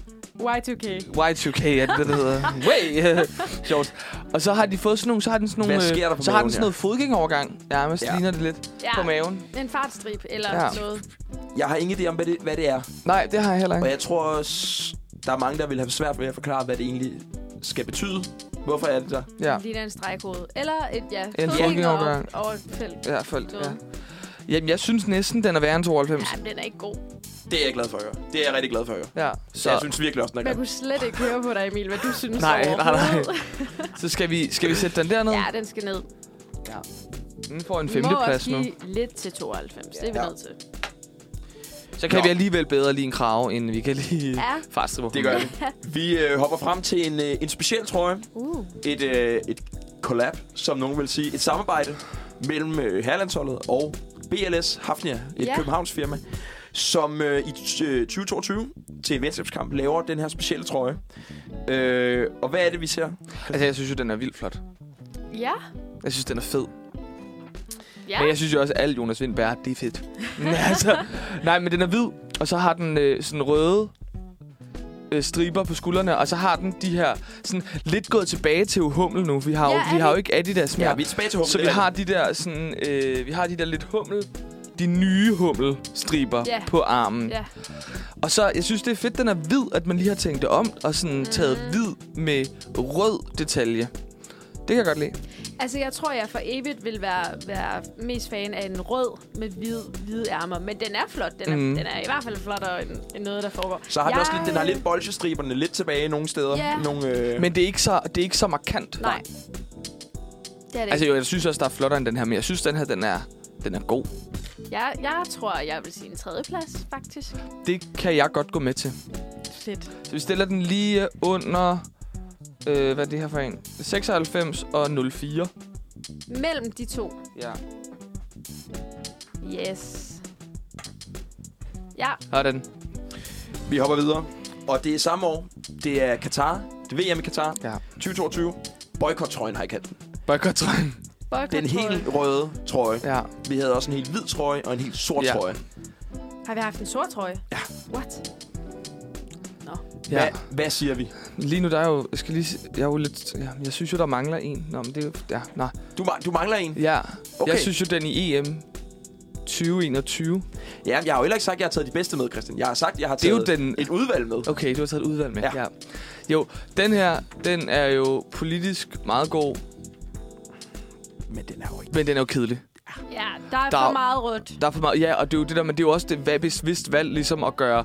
Y2K, ja, det hedder. Way! Shorts. Og så har de fået sådan nogle... Så har den sådan nogle... Hvad sker der på så maven, har den sådan noget fodgængerovergang. Ja, men ligner det lidt på maven. En fartstrip eller noget. Jeg har ingen idé om, hvad det er. Nej, det har jeg heller ikke. Og jeg tror, der er mange, der vil have svært ved at forklare, hvad det egentlig skal betyde. Hvorfor er det der? Ja. Det ligner en stregkode. Eller en fodgængerovergang. Over et felt. Ja, felt, ja. Jamen, jeg synes næsten, den er værre end 92. Ja, men den er ikke god. Det er jeg glad for at høre. Det er jeg rigtig glad for at høre. Ja. Så jeg synes virkelig også, den er god. Man kunne slet ikke høre på dig, Emil, hvad du synes nej. Så skal vi sætte den derned? Ja, den skal ned. Ja. Den får en 5. plads nu. Vi må også lidt til 92. Det er vi nødt til. Så kan vi alligevel bedre lide en krave, end vi kan lide fartstriber. Det gør vi. Vi hopper frem til en speciel trøje. Et collab, som nogen vil sige. Et samarbejde mellem herrelandsholdet og BLS Hafnia, et Københavns firma, som i 2022 til en venskabskamp laver den her specielle trøje. Og hvad er det, vi ser? Altså, jeg synes jo, den er vildt flot. Ja. Jeg synes, den er fed. Ja. Men jeg synes jo også, at alt Jonas Vind bærer, det er fedt. Altså, nej, men den er hvid, og så har den sådan røde striber på skuldrene, og så har den de her sådan lidt gået tilbage til Hummel nu. Vi har jo ikke Adidas mere. Ja, vi er tilbage til Hummel. Så vi har de der sådan vi har de der lidt Hummel, de nye Hummel-striber på armen. Ja. Og så jeg synes det er fedt, den er hvid, at man lige har tænkt det om og sådan taget hvid med rød detalje. Det kan jeg godt lide. Altså, jeg tror, jeg for evigt vil være mest fan af en rød med hvide ærmer. Men den er flot. Den er i hvert fald flottere end noget, der foregår. Så har den også lidt, den har lidt bolsjestriberne lidt tilbage nogle steder. Yeah. Men det er ikke så markant. Nej. Det er det altså, jo, jeg synes også, der er flottere end den her. Men jeg synes, den her, den er god. Jeg tror, jeg vil sige en 3. plads, faktisk. Det kan jeg godt gå med til. Fedt. Så vi stiller den lige under... hvad er det her for en? 96 og 04. Mellem de to? Ja. Yes. Ja. Sådan. Vi hopper videre. Og det er samme år. Det er Katar. Det VM i Katar. Ja. 2022. Boykot-trøjen har jeg kaldt den. Boykot-trøjen. Den helt røde trøje. Ja. Vi havde også en helt hvid trøje og en helt sort trøje. Har vi haft en sort trøje? Ja. What? Ja. Hvad siger vi? Lige nu der er jo, jeg synes jo der mangler en. Nå, men det er Du mangler en? Ja. Okay. Jeg synes jo den i EM 2021. Ja, jeg har jo heller ikke sagt, at jeg har taget de bedste med, Christian. Jeg har sagt, at jeg har taget et udvalg med. Okay, du har taget et udvalg med. Ja. Jo, den her, den er jo politisk meget god. Men den er jo ikke. Men den er jo kedelig. Ja, der er for meget rødt. Der er for meget, ja, og det er jo det der, men det er jo også det bevidst valg, ligesom at gøre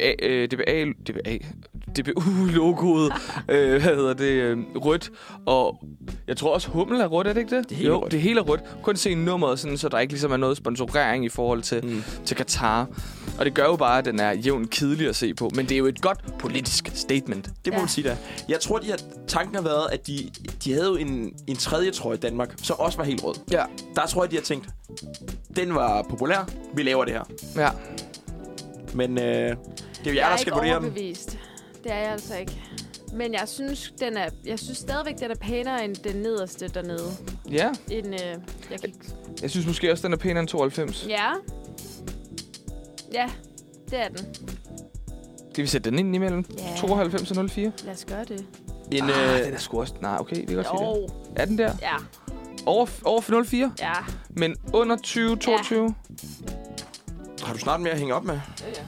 DBU-logoet, rødt. Og jeg tror også, Hummel er rødt, er det ikke det? Det hele rødt. Det hele er rødt. Kun se nummeret, sådan, så der ikke ligesom er noget sponsorering i forhold til Katar. Og det gør jo bare, at den er jævnt kedelig at se på. Men det er jo et godt politisk statement. Det må man sige da. Jeg tror, tanken har været, at de havde jo en tredje trøje i Danmark, som også var helt rød. Ja. Der tror jeg, de har tænkt, den var populær, vi laver det her. Ja. Men det er jo jer, der skal vurdere dem. Jeg er ikke overbevist. Det er jeg altså ikke. Men jeg synes, stadigvæk, den er pænere end den nederste dernede. Ja. Jeg synes måske også, den er pænere end 92. Ja. Ja, det er den. Skal vi sætte den ind imellem 92 og 04? Lad os gøre det. Den er sgu også... Nej, okay, vi kan godt sige det. Er den der? Ja. Over 04? Ja. Men under 2022? Ja. Har du snart mere at hænge op med? Ja.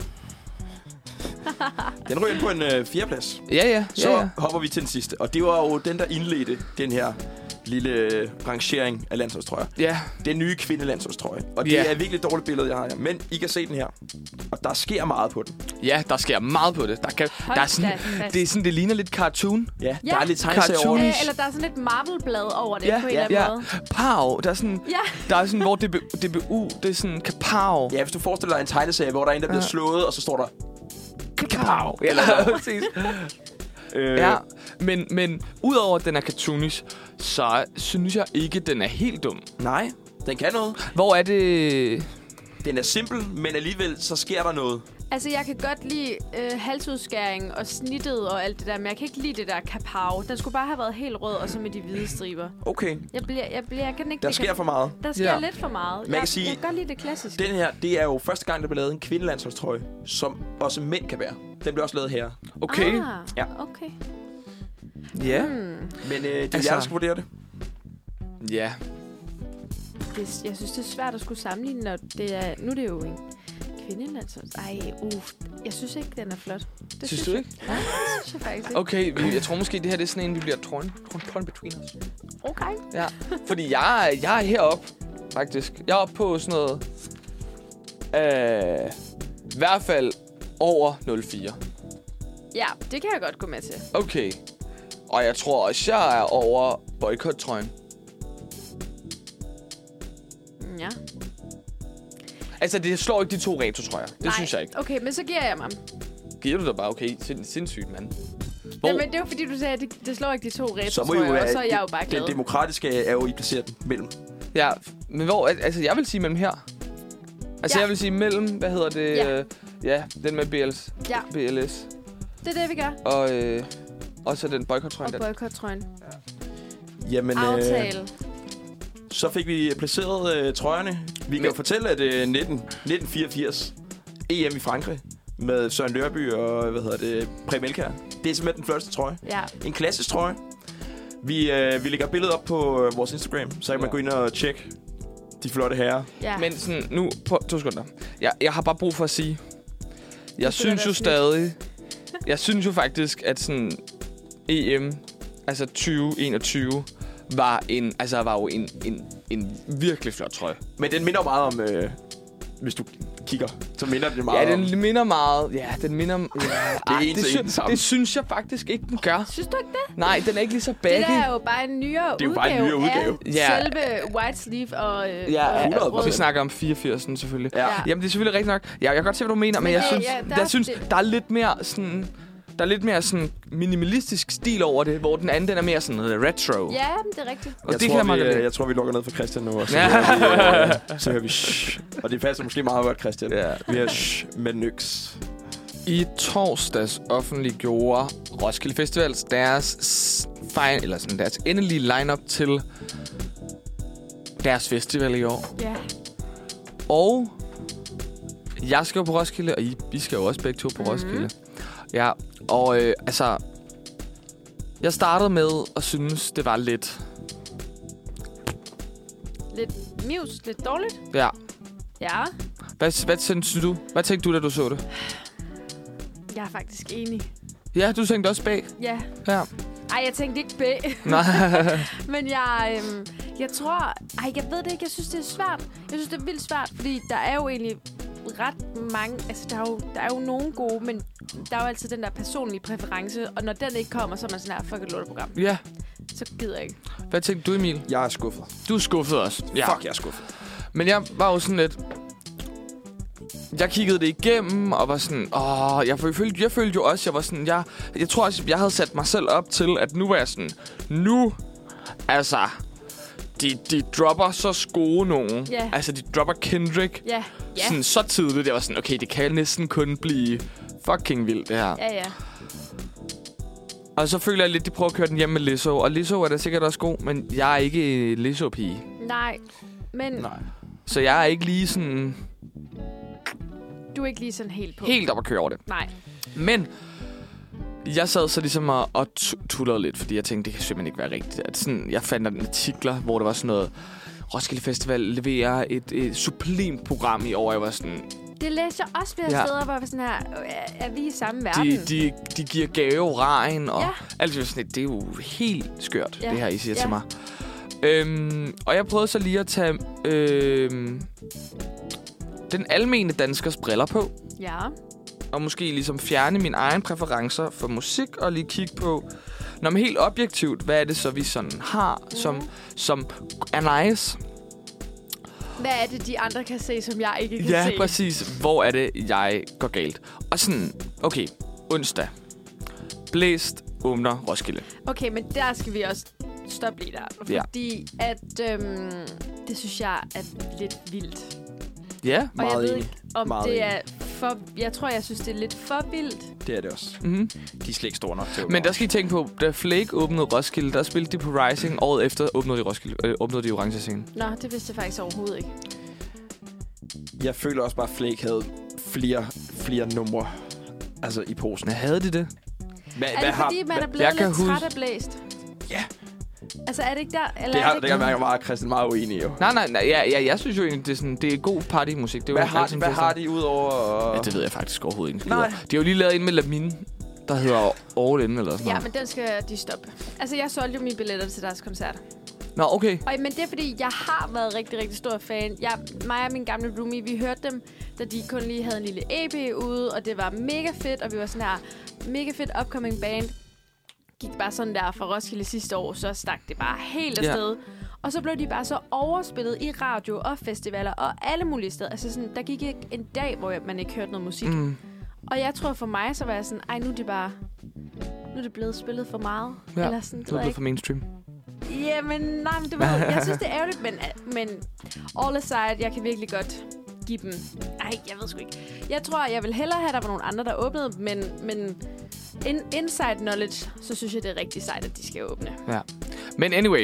Den ryger ind på en 4. plads. Ja. Så hopper vi til den sidste. Og det var jo den, der indledte den her lille rangering af landsholdstrøjer. Ja. Den nye kvindelandsholdstrøje. Og det er virkelig et dårligt billede, jeg har her. Men I kan se den her. Og der sker meget på den. Ja, der sker meget på det. Der er sådan, det ligner lidt cartoon. Ja, der er lidt tegneserie over det. Eller der er sådan lidt Marvel-blad over det på en eller anden måde. Pow. Der er sådan, hvor DBU, det er sådan kapow. Ja, hvis du forestiller dig en tegneserie, hvor der er en, der bliver slået, og så står der kapow. Eller præcis. Ja, men udover at den er cartoonish, så synes jeg ikke, den er helt dum. Nej, den kan noget. Hvor er det... Den er simpel, men alligevel så sker der noget. Altså, jeg kan godt lide halsudskæring og snittet og alt det der, men jeg kan ikke lide det der kapav. Den skulle bare have været helt rød, og så med de hvide striber. Okay. Jeg kan ikke... Der sker for meget. Der sker lidt for meget. Man kan sige, jeg kan godt lide det klassiske. Den her, det er jo første gang, der blev lavet en kvindelandsholdstrøje, som også mænd kan være. Den blev også lavet her. Okay. Ja. Okay. Ja. Men det er jeg, der skal vurdere det. Ja. Jeg synes, det er svært at skulle sammenligne, når det er... Nu er det jo en kvindelandshold. Jeg synes ikke, den er flot. Det synes du ikke? Nej, det synes jeg faktisk ikke. Okay, jeg tror måske, det her det er sådan en, vi bliver torn between us. Okay. Ja, fordi jeg er heroppe, faktisk. Jeg er oppe på sådan noget... I hvert fald over 04. Ja, det kan jeg godt gå med til. Okay. Og jeg tror også, jeg er over boykot-trøjen. Ja. Altså, det slår ikke de 2 retro-trøjer. Det synes jeg ikke. Okay, men så giver jeg mig. Giver du da bare okay? Sindssygt, mand. Nej, men det var fordi, du sagde, at det slår ikke de 2 retro-trøjer, og så er jeg jo bare glad. Den demokratiske er jo I placeret den mellem. Ja, men hvor... Altså, jeg vil sige mellem her. Altså, jeg vil sige mellem... Hvad hedder det? Ja, den med BLS. Ja. BLS. Det er det, vi gør. Og så den boykot-trøjen. Og boykot-trøjen. Jamen, aftale. Så fik vi placeret trøjerne. Vi kan jo fortælle, at 1984 EM i Frankrig med Søren Lørby og Preben Elkjær. Det er simpelthen den flotteste trøje. Ja. En klassisk trøje. Vi lægger billedet op på vores Instagram, så kan man gå ind og tjekke de flotte herrer. Ja. Men sådan, nu på 2 sekunder. Jeg har bare brug for at sige, jeg synes jo stadig, jeg synes jo faktisk, at sådan EM, altså 2021, var jo en virkelig flot trøje. Men den minder meget om, hvis du kigger, så minder den meget om... Ja, den minder meget. Ja, den minder... Ja, det synes jeg faktisk ikke, den gør. Synes du ikke det? Nej, den er ikke lige så baggy. Det der er jo bare en nyere udgave af selve white sleeve og... Ja, vi snakker om 84'en selvfølgelig. Ja. Jamen, det er selvfølgelig rigtigt nok. Ja, jeg kan godt se, hvad du mener, men jeg synes, der er lidt mere sådan... Der er lidt mere sådan minimalistisk stil over det, hvor den anden den er mere sådan retro. Ja, det er rigtigt. Og jeg tror, vi lukker ned for Christian nu, og så hører vi shh. Og det passer måske meget godt, Christian. Ja. Vi har shh med nyks. I torsdags offentliggjorde Roskilde Festivals deres endelige line-up til deres festival i år. Ja. Og jeg skal jo på Roskilde, og I skal jo også begge to på Roskilde. Ja, og jeg startede med at synes, det var lidt... Lidt lidt dårligt? Ja. Ja. Hvad synes du? Hvad tænkte du, da du så det? Jeg er faktisk enig. Ja, du tænkte også bag? Ja. Ej, jeg tænkte ikke bag. Nej. Men jeg tror... jeg ved det ikke. Jeg synes, det er svært. Jeg synes, det er vildt svært, fordi der er jo egentlig ret mange... Altså, der er jo nogle gode, men der er jo altid den der personlige præference, og når den ikke kommer, så er man sådan her, fuck et lorteprogram. Ja. Så gider jeg ikke. Hvad tænkte du, Emil? Jeg er skuffet. Du er skuffet også? Ja. Fuck, jeg er skuffet. Men jeg var jo sådan lidt... Jeg kiggede det igennem, og var sådan... Jeg følte jo også, jeg var sådan... Jeg tror også, jeg havde sat mig selv op til, at nu var jeg sådan... Nu... Altså... De dropper så gode nogen. Yeah. Altså, de dropper Kendrick. Ja. Sådan så tidligt. Jeg var sådan, okay, det kan næsten kun blive fucking vildt, det her. Ja. Og så føler jeg lidt, de prøver at køre den hjem med Lizzo. Og Lizzo er da sikkert også god, men jeg er ikke Lizzo-pige. Nej, men... Nej. Så jeg er ikke lige sådan... Du er ikke lige sådan helt på. Helt op at køre over det. Nej. Men... Jeg sad så ligesom og tullede lidt, fordi jeg tænkte, det kan simpelthen ikke være rigtigt. At sådan, jeg fandt nogle artikler, hvor der var sådan noget... Roskilde Festival leverer et sublimt program i år. Jeg var sådan... Det læser jeg også flere steder, hvor jeg var sådan her... Er vi i samme verden? De giver gaveregn, og alt sådan, det er jo helt skørt, det her, I siger til mig. Og jeg prøvede så lige at tage den almene danskers briller på. Ja. Og måske ligesom fjerne mine egne præferencer for musik, og lige kigge på, når man helt objektivt, hvad er det så, vi sådan har, som er nice. Hvad er det, de andre kan se, som jeg ikke kan se? Ja, præcis. Hvor er det, jeg går galt? Og sådan, okay, onsdag. Blæst åbner Roskilde. Okay, men der skal vi også stoppe lige der. Fordi at det synes jeg er lidt vildt. Ja, og jeg ved ikke, om det er Jeg tror, jeg synes, det er lidt for vildt. Det er det også. Mm-hmm. De er slet ikke store nok til at Men der skal I tænke på, da Flake åbnede Roskilde, der spillede de på Rising. Året efter åbnede de Orange Scene. Nå, det vidste jeg faktisk overhovedet ikke. Jeg føler også bare, at Flake havde flere numre altså i posen. Havde de det? Hvad fordi man er blevet lidt træt af blæst? Ja. Altså, er det ikke der? Eller det kan jeg meget, Christian, meget uenig jo. Nej, jeg synes jo egentlig, det er god partymusik. Det er hvad har de udover? Ja, det ved jeg faktisk overhovedet ikke. Nej. De har jo lige lavet en med Lamine, der hedder All In eller sådan noget. Ja, men den skal de stoppe. Altså, jeg solgte jo mine billetter til deres koncert. Nå, okay. Men det er fordi, jeg har været rigtig, rigtig stor fan. Mig og min gamle roomie, vi hørte dem, da de kun lige havde en lille EP ude, og det var mega fedt, og vi var sådan her mega fedt upcoming band. Gik bare sådan der fra Roskilde sidste år, så stak det bare helt afsted. Yeah. Og så blev de bare så overspillet i radio og festivaler og alle mulige steder. Altså sådan, der gik ikke en dag, hvor man ikke hørte noget musik. Mm. Og jeg tror for mig, så var jeg sådan, nu er det blevet spillet for meget. Ja, eller sådan, det er blevet for mainstream. Jamen, nej, men du ved, jeg synes, det er ærgerligt, men all aside, jeg kan virkelig godt give dem... jeg ved sgu ikke. Jeg tror, jeg vil hellere have, at der var nogle andre, der åbnede, men inside knowledge, så synes jeg, det er rigtig sejt, at de skal åbne. Ja. Men anyway,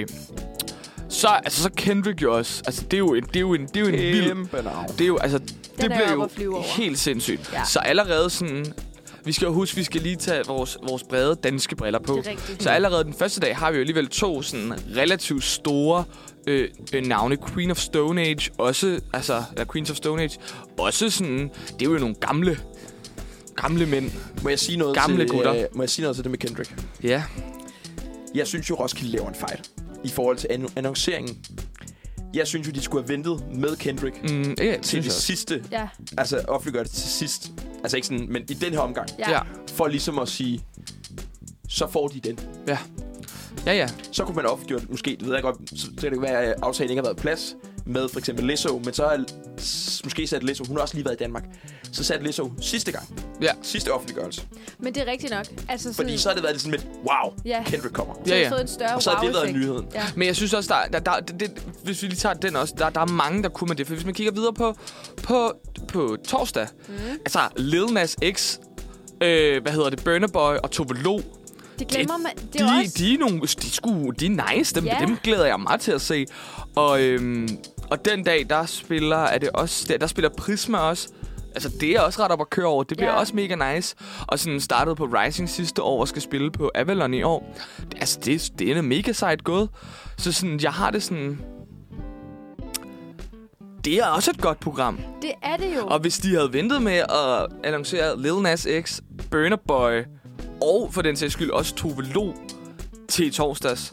så Kendrick jo også. Altså, det er jo en vild... Det er jo, altså, det bliver jo helt sindssygt. Ja. Så allerede sådan... Vi skal jo huske, vi skal lige tage vores brede danske briller på. Så allerede den første dag har vi jo alligevel 2 sådan relativt store navne. Queen of Stone Age også, altså Queens of Stone Age også sådan. Det er jo nogle gamle mænd. Må jeg sige noget gamle til gutter? Må jeg sige noget til det med Kendrick? Ja. Jeg synes jo Roskilde laver en fejl i forhold til annonceringen. Jeg synes jo, de skulle have ventet med Kendrick til det sidste. Ja. Altså offentliggøre det til sidst. Altså ikke sådan, men i den her omgang. Ja. For ligesom at sige, så får de den. Ja. Ja. Så kunne man offentliggjort, måske, det ved jeg godt, så det kan være, at aftalen ikke har været plads med for eksempel Lizzo, men så har måske sat Lizzo, hun har også lige været i Danmark, så satte Lizzo sidste gang. Ja. Sidste offentliggørelse. Men det er rigtigt nok. Altså sådan... Fordi så har det været lidt sådan med, wow, Kendrick kommer. Ja. Har fået en større og så har det været nyheden. Ja. Men jeg synes også, hvis vi lige tager den også, der er mange, der kunne med det. For hvis man kigger videre på torsdag, altså Lil Nas X, Burna Boy og Tove Lo, det glemmer man. De er nice. Dem glæder jeg meget til at se. Og den dag, der spiller Prisma også. Altså, det er også ret op at køre over. Det bliver også mega nice. Og sådan startede på Rising sidste år og skal spille på Avalon i år. Altså, det er mega sejt gået. Så sådan, jeg har det sådan... Det er også et godt program. Det er det jo. Og hvis de havde ventet med at annoncere Lil Nas X, Burna Boy... Og for den sags skyld også Tove Lo til torsdags.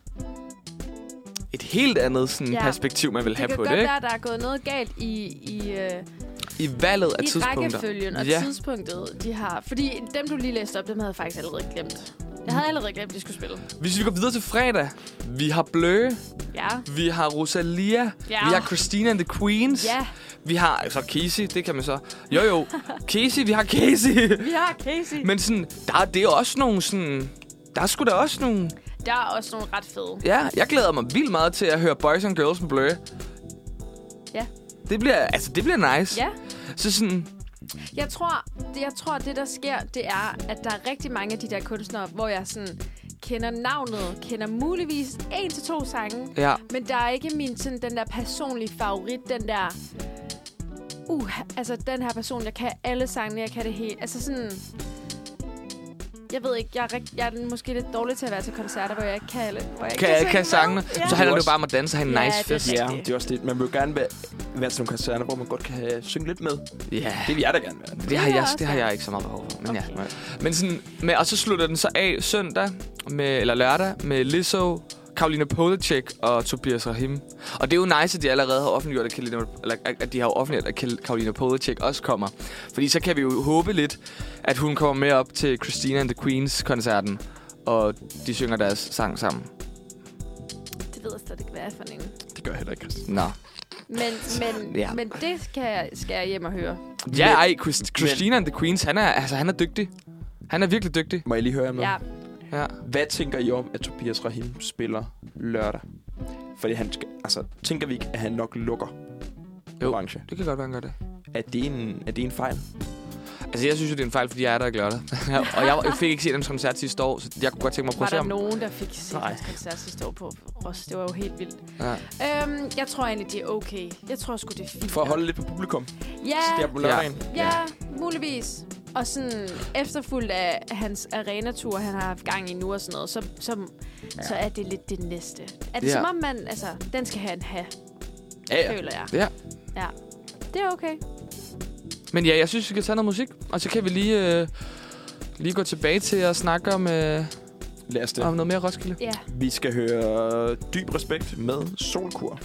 Et helt andet sådan, perspektiv, man vil have på det. Det kan godt være, der er gået noget galt i valget af tidspunkter. I rækkefølgen og tidspunktet, de har. Fordi dem, du lige læste op, dem havde jeg faktisk allerede glemt. Jeg havde allerede glemt, de skulle spille. Hvis vi går videre til fredag. Vi har Blø. Ja. Vi har Rosalia. Ja. Vi har Christina and the Queens. Ja. Vi har altså Casey, det kan man så. Jo. Casey, vi har Casey. Vi har Casey. Men sådan, det er også nogle sådan... Der er sgu da også nogle... Der er også nogle ret fede. Ja, jeg glæder mig vildt meget til at høre Boys and Girls med Blø. Ja. Det bliver nice. Ja. Så sådan... Jeg tror, det der sker, det er, at der er rigtig mange af de der kunstnere, hvor jeg sådan kender navnet, kender muligvis 1 til 2 sange, men der er ikke sådan, den der personlige favorit, den der, altså den her person, jeg kan alle sangene, jeg kan det hele, altså sådan... Jeg ved ikke, jeg er måske lidt dårlig til at være til koncerter, hvor jeg ikke kan alle. Kan sangene. Så handler det jo bare om at danse og have en nice fest. Ja, det er også det. Man vil jo gerne være til nogle koncerter, hvor man godt kan synge lidt med. Ja. Det vil jeg da gerne være. Det har jeg ikke så meget behov for. Men okay. Men sådan, og så slutter den så af søndag, eller lørdag, med Lizzo, Karolina Polachek og Tobias Rahim. Og det er jo nice, at de allerede har offentliggjort, at Karolina Polachek også kommer. Fordi så kan vi jo håbe lidt, at hun kommer med op til Christina and the Queens-koncerten, og de synger deres sang sammen. Det ved jeg slet ikke, hvad er for en. Det gør jeg heller ikke, Christina. Nå. Men det skal jeg hjem og høre. Ja, Christina and the Queens, han er dygtig. Han er virkelig dygtig. Må jeg lige høre med? Ja. Hvad tænker I om, at Tobias Rahim spiller lørdag? Fordi tænker vi ikke, at han nok lukker orange? Det kan godt være, han gør det. Er det en fejl? Altså, jeg synes jo, det er en fejl, fordi jeg er der ikke lørdag. Og jeg fik ikke set den koncert sidste år, så jeg kunne godt tænke mig at prøve at se ham. Var der nogen, der fik set den koncert sidste år på Ros? Det var jo helt vildt. Ja. Jeg tror egentlig, de er okay. Jeg tror sgu, det er fint. For at holde lidt på publikum? Ja. Så det er på lørdagen? Ja, muligvis. Og sådan efterfulgt af hans arenatur, han har haft gang i nu og sådan noget, så er det lidt det næste. Er det som om man, altså, den skal han have, føler jeg. Ja. Det er okay. Men ja, jeg synes, vi kan tage noget musik, og så kan vi lige gå tilbage til at snakke om noget mere Roskilde. Ja. Vi skal høre Dyb Respekt med Solkur.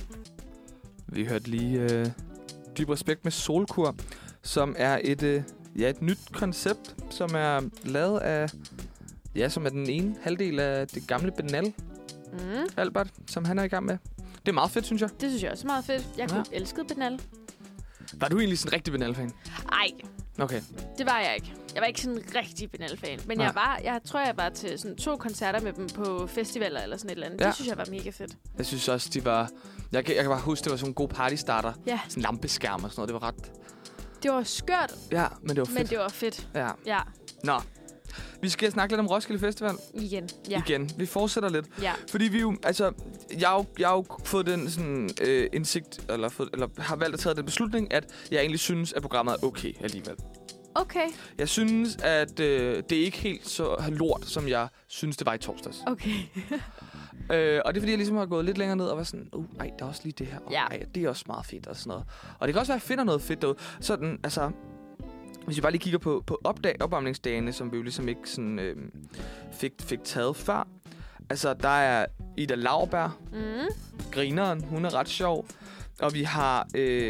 Vi hørte lige Dyb Respekt med Solkur, som er et nyt koncept, som er lavet af, som er den ene halvdel af det gamle Benal, Albert, som han er i gang med. Det er meget fedt, synes jeg. Det synes jeg også er meget fedt. Jeg kunne elske Benal. Var du egentlig sådan en rigtig Benal-fan? Nej. Okay. Det var jeg ikke. Jeg var ikke sådan en rigtig Benal-fan. Men jeg tror, jeg var til sådan 2 koncerter med dem på festivaler eller sådan et eller andet. Ja. Det synes jeg var mega fedt. Jeg synes også, de var... Jeg kan bare huske, det var sådan en god partystarter. Ja. Sådan en lampeskærm og sådan noget. Det var ret... Det var skørt. Ja, men det var fedt. Men det var fedt. Ja. Nå. Vi skal snakke lidt om Roskilde Festival. Igen. Vi fortsætter lidt. Ja. Fordi vi jo, altså, jeg har jo fået den sådan indsigt, eller har valgt at tage den beslutning, at jeg egentlig synes, at programmet er okay alligevel. Okay. Jeg synes, at det er ikke helt så lort, som jeg synes, det var i torsdags. Okay. Og det er, fordi jeg ligesom har gået lidt længere ned og var sådan, ej, der er også lige det her. Ej, det er også meget fedt og sådan noget. Og det kan også være, at jeg finder noget fedt derude. Sådan, altså... Hvis vi bare lige kigger på opvarmningsdagene, som vi jo ligesom ikke sådan, fik taget før. Altså, der er Ida Lauberg. Grineren, hun er ret sjov. Og vi har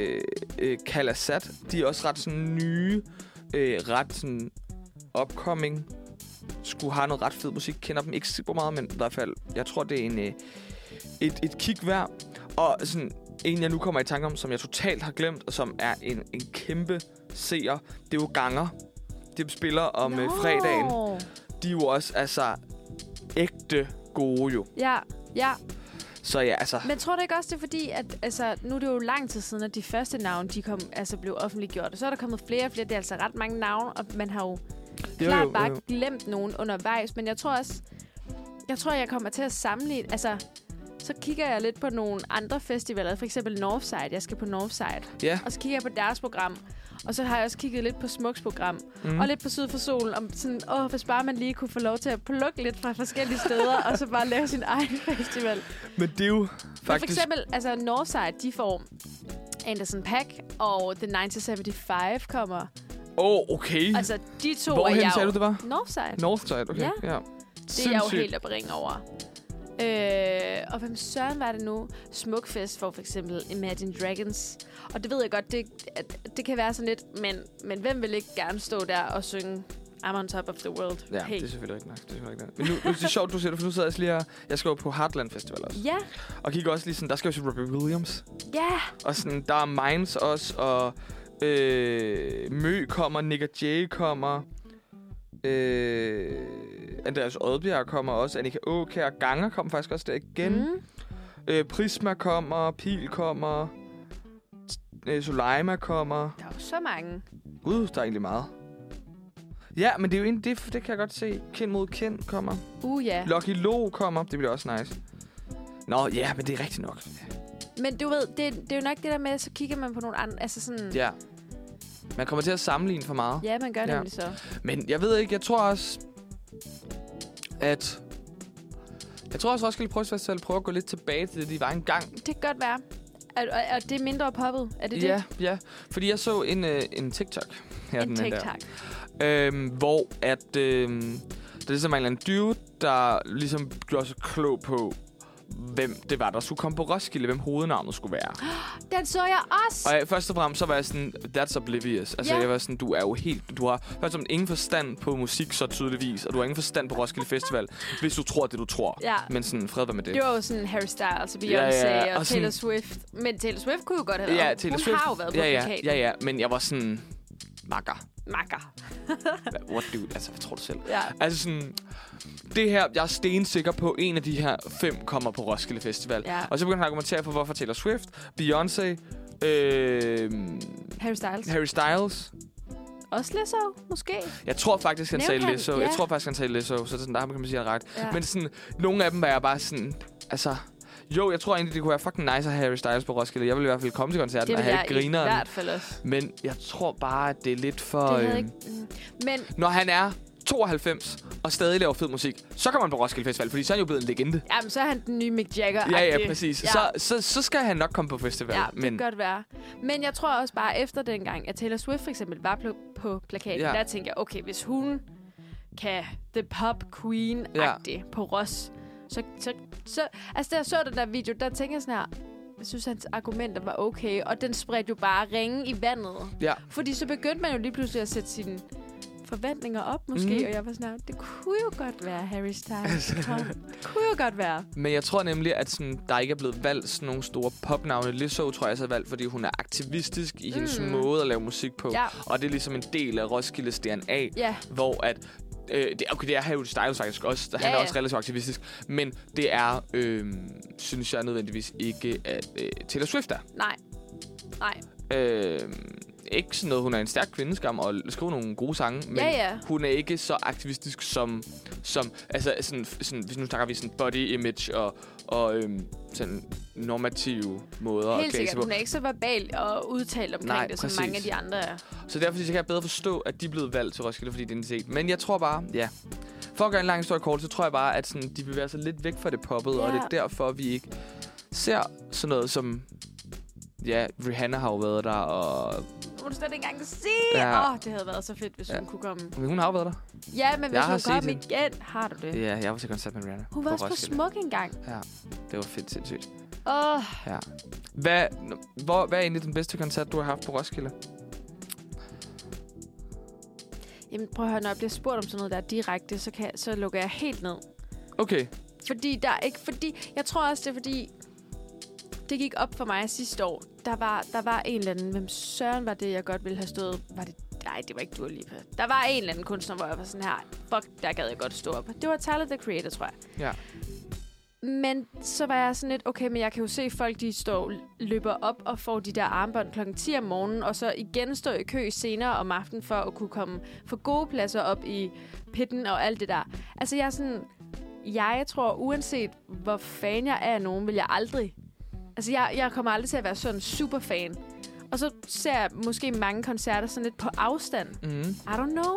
Kalasat. De er også ret sådan nye, ret sådan upcoming. Skulle have noget ret fed musik. Kender dem ikke super meget, men i hvert fald, jeg tror, det er et kig værd. Og sådan en, jeg nu kommer i tanke om, som jeg totalt har glemt, og som er en kæmpe seer. Det er jo Ganger. De spiller om fredagen. De er jo også, altså, ægte gode jo. Ja. Så ja, altså... Men tror du ikke også, det er fordi, at altså, nu er det jo lang tid siden, at de første navne, de blev offentliggjort. Og så er der kommet flere og flere. Det er altså ret mange navne, og man har jo bare glemt nogen undervejs. Men jeg tror, jeg kommer til at sammenligne... Altså, så kigger jeg lidt på nogle andre festivaler. For eksempel Northside. Jeg skal på Northside. Yeah. Og så kigger jeg på deres program. Og så har jeg også kigget lidt på Smuks program. Og lidt på Syd for Solen. Om sådan, hvis bare man lige kunne få lov til at plukke lidt fra forskellige steder. Og så bare lave sin egen festival. Men det er jo faktisk... For eksempel, altså Northside, de får Anderson .Paak. Og The 1975 kommer. Okay. Altså, de to Hvorhen sagde du, det var? Northside. Northside, okay. Ja. Det er jeg jo helt at bringe over. Og hvem søren var det nu? Smukfest for eksempel Imagine Dragons. Og det ved jeg godt, det kan være sådan lidt, men hvem vil ikke gerne stå der og synge I'm on top of the world? Ja, hey. Det er selvfølgelig ikke nok. Men nu er det sjovt, du siger det, for nu sidder jeg lige jeg skal jo på Heartland Festival også. Ja. Og kigger også lige sådan, der skal jo se Robbie Williams. Ja. Og sådan, der er Minds også, og Mø kommer, Nick og Jay kommer. Andreas Odbjerg kommer også. Annika Aakjær. Ganger kommer faktisk også der igen. Prisma kommer. Pil kommer. Soleima kommer. Der er jo så mange. Gud, der er egentlig meget. Ja, men det er jo egentlig det kan jeg godt se. Kind mod kind kommer. Ja. Lucky Lo kommer. Det bliver også nice. Nå, ja, men det er rigtigt nok. Men du ved, det er jo nok det der med, så kigger man på nogle andre. Altså sådan... Ja. Man kommer til at sammenligne for meget. Ja, man gør nemlig så. Men jeg ved ikke, jeg tror også, Roskilde Prøvesfestival prøver at gå lidt tilbage til det, de var engang. Det kan godt være. Og det er mindre poppet. Er det det? Ja. Fordi jeg så en TikTok. En TikTok. Hvor at... der er ligesom en eller anden dude, der ligesom gjorde sig klog på, hvem det var, der skulle komme på Roskilde, hvem hovednavnet skulle være. Den så jeg også! Og først og fremmest, så var jeg sådan, that's oblivious. Altså, jeg var sådan, du er jo helt... Du har først som ingen forstand på musik, så tydeligvis, og du har ingen forstand på Roskilde Festival, hvis du tror det, du tror. Ja. Men sådan, fred med det. Det var jo sådan Harry Styles og Beyoncé og Taylor Swift. Men Taylor Swift kunne jo godt have været. Hun har jo været på plakaten. Ja, men jeg var sådan... Makker. What dude? Altså, hvad tror du selv? Ja. Altså sådan... Det her, jeg er stensikker på, en af de her 5 kommer på Roskilde Festival. Ja. Og så begynder han at argumentere for, hvorfor Taylor Swift, Beyoncé, Harry Styles. Også Lizzo, måske? Jeg tror faktisk, han sagde Lizzo. Ja. Jeg tror faktisk, han sagde Lizzo, så sådan, der kan man sige ret. Ja. Men sådan, nogle af dem var jeg bare sådan, altså... Jo, jeg tror egentlig, det kunne være fucking nice at have Harry Styles på Roskilde. Jeg ville i hvert fald komme til koncerten og have grineren. Det i hvert fald også. Men jeg tror bare, at det er lidt for... Men når han er 92 og stadig laver fed musik, så kommer han på Roskilde Festival, fordi så er han jo blevet en legende. Jamen, så er han den nye Mick Jagger. Ja, præcis. Ja. Så skal han nok komme på festival. Ja, det kan godt være. Men jeg tror også bare, efter dengang, at Taylor Swift for eksempel var på plakaten, der tænker jeg, okay, hvis hun kan The Pop Queen-agtigt på Ros, så altså, da jeg så den der video, der tænker jeg sådan her, jeg synes, hans argumenter var okay, og den spredte jo bare ringe i vandet. Ja. Fordi så begyndte man jo lige pludselig at sætte sine forventninger op, måske, og jeg var sådan her, det kunne jo godt være Harry Styles. Det kunne jo godt være. Men jeg tror nemlig, at sådan, der ikke er blevet valgt sådan nogle store popnavne. Lizzo tror jeg så er valgt, fordi hun er aktivistisk i hendes måde at lave musik på. Ja. Og det er ligesom en del af Roskildes DNA, hvor at det er Harry Styles faktisk også. Han er også relativt aktivistisk. Men det er, synes jeg nødvendigvis ikke, at Taylor Swift er. Nej. Ikke sådan noget, hun er en stærk kvindeskam og skriver nogle gode sange, men hun er ikke så aktivistisk som altså sådan, hvis nu snakker vi sådan body image og sådan normative måder helt sikkert, hun er ikke så verbal og udtalt omkring det, som mange af de andre er. Så derfor kan jeg bedre forstå, at de er blevet valgt til Roskilde, fordi det er identitet. Men jeg tror bare, for at gøre en lang historie kort, så tror jeg bare, at sådan, de bevæger sig lidt væk fra det poppet, og det er derfor, vi ikke ser sådan noget som... Ja, Rihanna har jo været der, og... Må du slet ikke engang sige? Det havde været så fedt, hvis hun kunne komme. Men hun har jo været der. Ja, men hvis hun kom igen, har du det? Ja, jeg var til koncert med Rihanna. Hun var også på Smuk engang. Ja, det var fedt sindssygt. Ja. Hvad er egentlig den bedste koncert, du har haft på Roskilde? Jamen, prøv at høre, når jeg bliver spurgt om sådan noget der direkte, så lukker jeg helt ned. Okay. Fordi jeg tror også, det er fordi... Det gik op for mig sidste år. Der var en eller anden... Hvem søren var det, jeg godt ville have stået... Nej, det var ikke Dua Lipa. Der var en eller anden kunstner, hvor jeg var sådan her... Fuck, der gad jeg godt stå op. Det var Tyler, the Creator, tror jeg. Ja. Men så var jeg sådan lidt... Okay, men jeg kan jo se folk, de løber op og får de der armbånd klokken 10 om morgenen, og så igen stå i kø senere om aftenen for at kunne komme for gode pladser op i pitten og alt det der. Altså, jeg er sådan... Jeg tror, uanset hvor fan jeg er af nogen, vil jeg aldrig... Altså, jeg kommer aldrig til at være sådan super fan. Og så ser jeg måske mange koncerter sådan lidt på afstand. I don't know.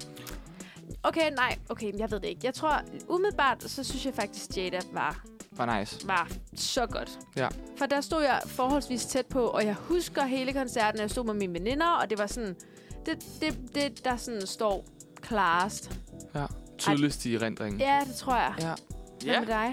Okay, jeg ved det ikke. Jeg tror, umiddelbart, så synes jeg faktisk, Jada var så godt. Ja. For der stod jeg forholdsvis tæt på, og jeg husker hele koncerten, jeg stod med mine veninder, og det var sådan... Det der sådan står klarest. Ja, tydeligst i erindringen. Ja, det tror jeg. Ja. Hvad med dig?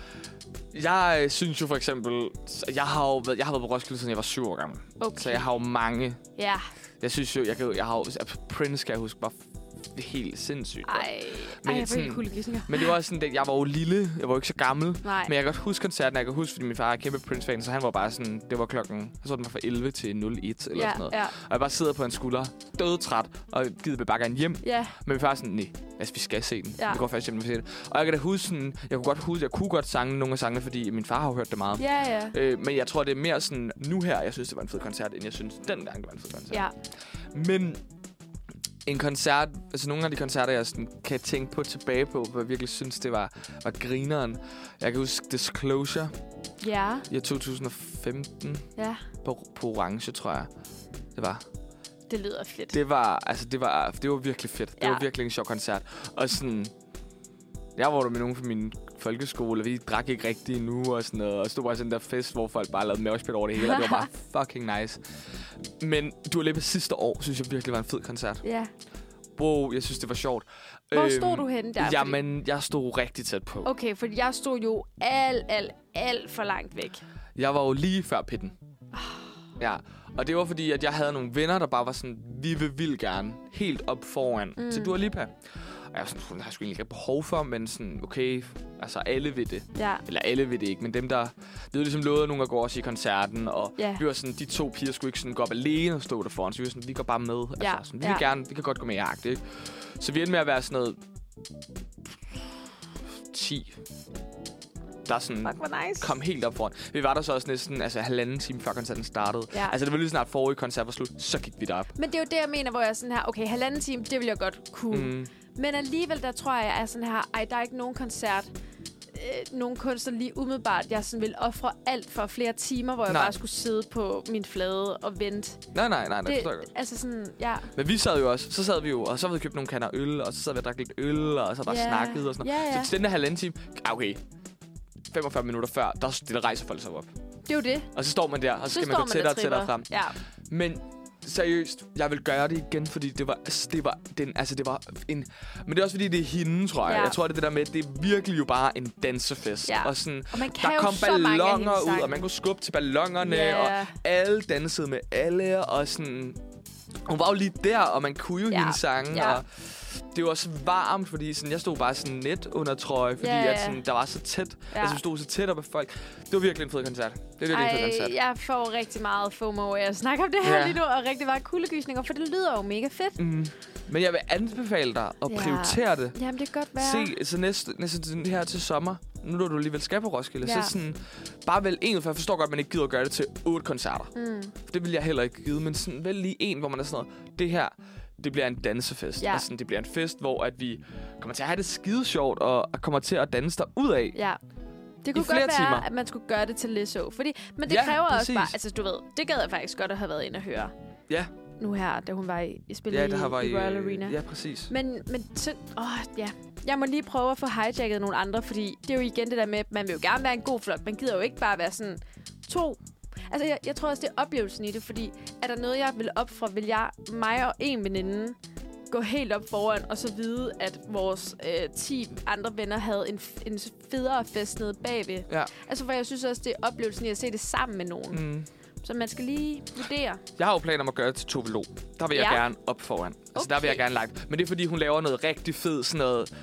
Jeg synes jo for eksempel... Jeg har været på Roskilde, siden jeg var 7 år gammel. Okay. Så jeg har jo mange... Ja. Jeg synes jo, jeg har jo... Prince kan jeg huske bare helt sindssygt. Men jeg får helt cool gissninger. Men det var også sådan, at jeg var jo lille. Jeg var jo ikke så gammel. Nej. Men jeg kan godt huske koncerten. Jeg kan huske, fordi min far er kæmpe Prince-fan, så han var bare sådan... Det var klokken... Jeg tror, den var fra 11 til 01 eller sådan noget. Ja. Og jeg bare sidder på hans skulder, dødtræt, og gider bare gerne hjem. Ja. Men min far er sådan, nej, altså vi skal se den. Ja. Vi går faktisk hjem og se det. Og jeg kan da huske sådan... Jeg kunne godt sange nogle af sangene, fordi min far har jo hørt det meget. Ja. Men jeg tror, det er mere sådan... Nu her, jeg synes, det var en fed koncert, end jeg synes, dengang det var en fed koncert. Ja. Men... En koncert, altså nogle af de koncerter, jeg sådan kan tænke på tilbage på, hvor jeg virkelig synes, det var grineren. Jeg kan huske Disclosure i 2015 på Orange, tror jeg. Det lyder fedt. Det var virkelig fedt. Det var virkelig en sjov koncert. Og sådan, jeg var der med nogen fra min folkeskole, vi drak ikke rigtigt endnu og sådan noget. Og stod bare sådan der fest, hvor folk bare lavede mavespil over det hele. Og det var bare fucking nice. Men Dua Lipa sidste år, synes jeg virkelig var en fed koncert. Ja. Wow, jeg synes, det var sjovt. Hvor stod du henne der? Jamen, jeg stod rigtig tæt på. Okay, for jeg stod jo alt for langt væk. Jeg var jo lige før pitten. Ja, og det var fordi, at jeg havde nogle venner, der bare var sådan, vi vil vildt gerne helt op foran til Dua Lipa. Og jeg var sådan, jeg har sgu egentlig ikke behov for, men sådan, okay, altså alle ved det. Ja. Eller alle ved det ikke, men dem der... Det var ligesom lovet nogle at gå også i koncerten, og vi var sådan, de 2 piger skulle ikke sådan gå op alene og stå der foran, så vi var sådan, vi går bare med. Altså, sådan, vi vil gerne, vi kan godt gå med i jagt, ikke? Så vi endte med at være sådan noget... 10. der sådan nice. kom helt op foran. Vi var der så også næsten 1,5 time før koncerten startede. Ja. Altså det var lige snart forrige koncert var slut, så gik vi derop. Men det er jo det, jeg mener, hvor jeg er sådan her, okay, 1,5 time, det vil jeg godt kunne. Men alligevel, der tror jeg er sådan her, der er ikke nogen koncert, nogen kunstner lige umiddelbart, jeg sådan vil ofre alt for flere timer, hvor jeg bare skulle sidde på min flade og vente. Nej, det forstår jeg godt. Altså sådan, ja. Men vi sad jo også, og så havde vi købt nogle kander øl, og så sad vi og drak lidt øl, og så bare snakket og sådan noget. Så til den der 1,5 time, okay, 45 minutter før, der rejser folk sig op. Det er jo det. Og så står man der, og så skal man gå tættere og tættere frem. Ja. Men seriøst, jeg vil gøre det igen, fordi det var en... Men det er også fordi, det er hende, tror jeg. Ja. Jeg tror, det der med, det er virkelig jo bare en dansefest. Ja. Og, sådan, og man kan der kom balloner ud, og man kunne skubbe til ballonerne, og alle dansede med alle, og sådan... Hun var jo lige der, og man kunne jo hendes sange, og... Det var også varmt, fordi sådan, jeg stod bare sådan net under trøje, fordi at sådan, der var så tæt. Altså, vi stod så tæt op af folk. Det var virkelig en fed koncert. Jeg får rigtig meget FOMO, og jeg snakker om det her lige nu, og rigtig meget kuldegysninger, for det lyder jo mega fedt. Men jeg vil anbefale dig at prioritere det. Jamen, det kan godt være. Se, så næste her til sommer, nu når du alligevel skal på Roskilde, så sådan, bare vælg en, for jeg forstår godt, at man ikke gider at gøre det til 8 koncerter. Det vil jeg heller ikke give, men sådan, vælg lige en, hvor man er sådan noget, det her... Det bliver en dansefest. Ja. Altså, det bliver en fest, hvor at vi kommer til at have det skide sjovt og kommer til at danse derudad. Ja. Det kunne godt være, timer. At man skulle gøre det til Lizzo. Men det kræver også bare... Altså, du ved, det gad jeg faktisk godt at have været inde og høre. Ja. Nu her, da hun var i spillet i Royal Arena. Ja, præcis. Men så... Jeg må lige prøve at få hijacket nogle andre, fordi det er jo igen det der med, man vil jo gerne være en god flok. Man gider jo ikke bare være sådan 2... Altså, jeg tror også, det er oplevelsen i det, fordi er der noget, jeg vil opfra, vil mig og en veninde gå helt op foran, og så vide, at vores 10 andre venner havde en federe fest nede bagved. Ja. Altså, for jeg synes også, det er oplevelsen i at se det sammen med nogen. Så man skal lige vurdere. Jeg har jo planer om at gøre det til Tove Lo. Der vil jeg gerne op foran. Altså, der vil jeg gerne live. Men det er, fordi hun laver noget rigtig fedt, sådan noget...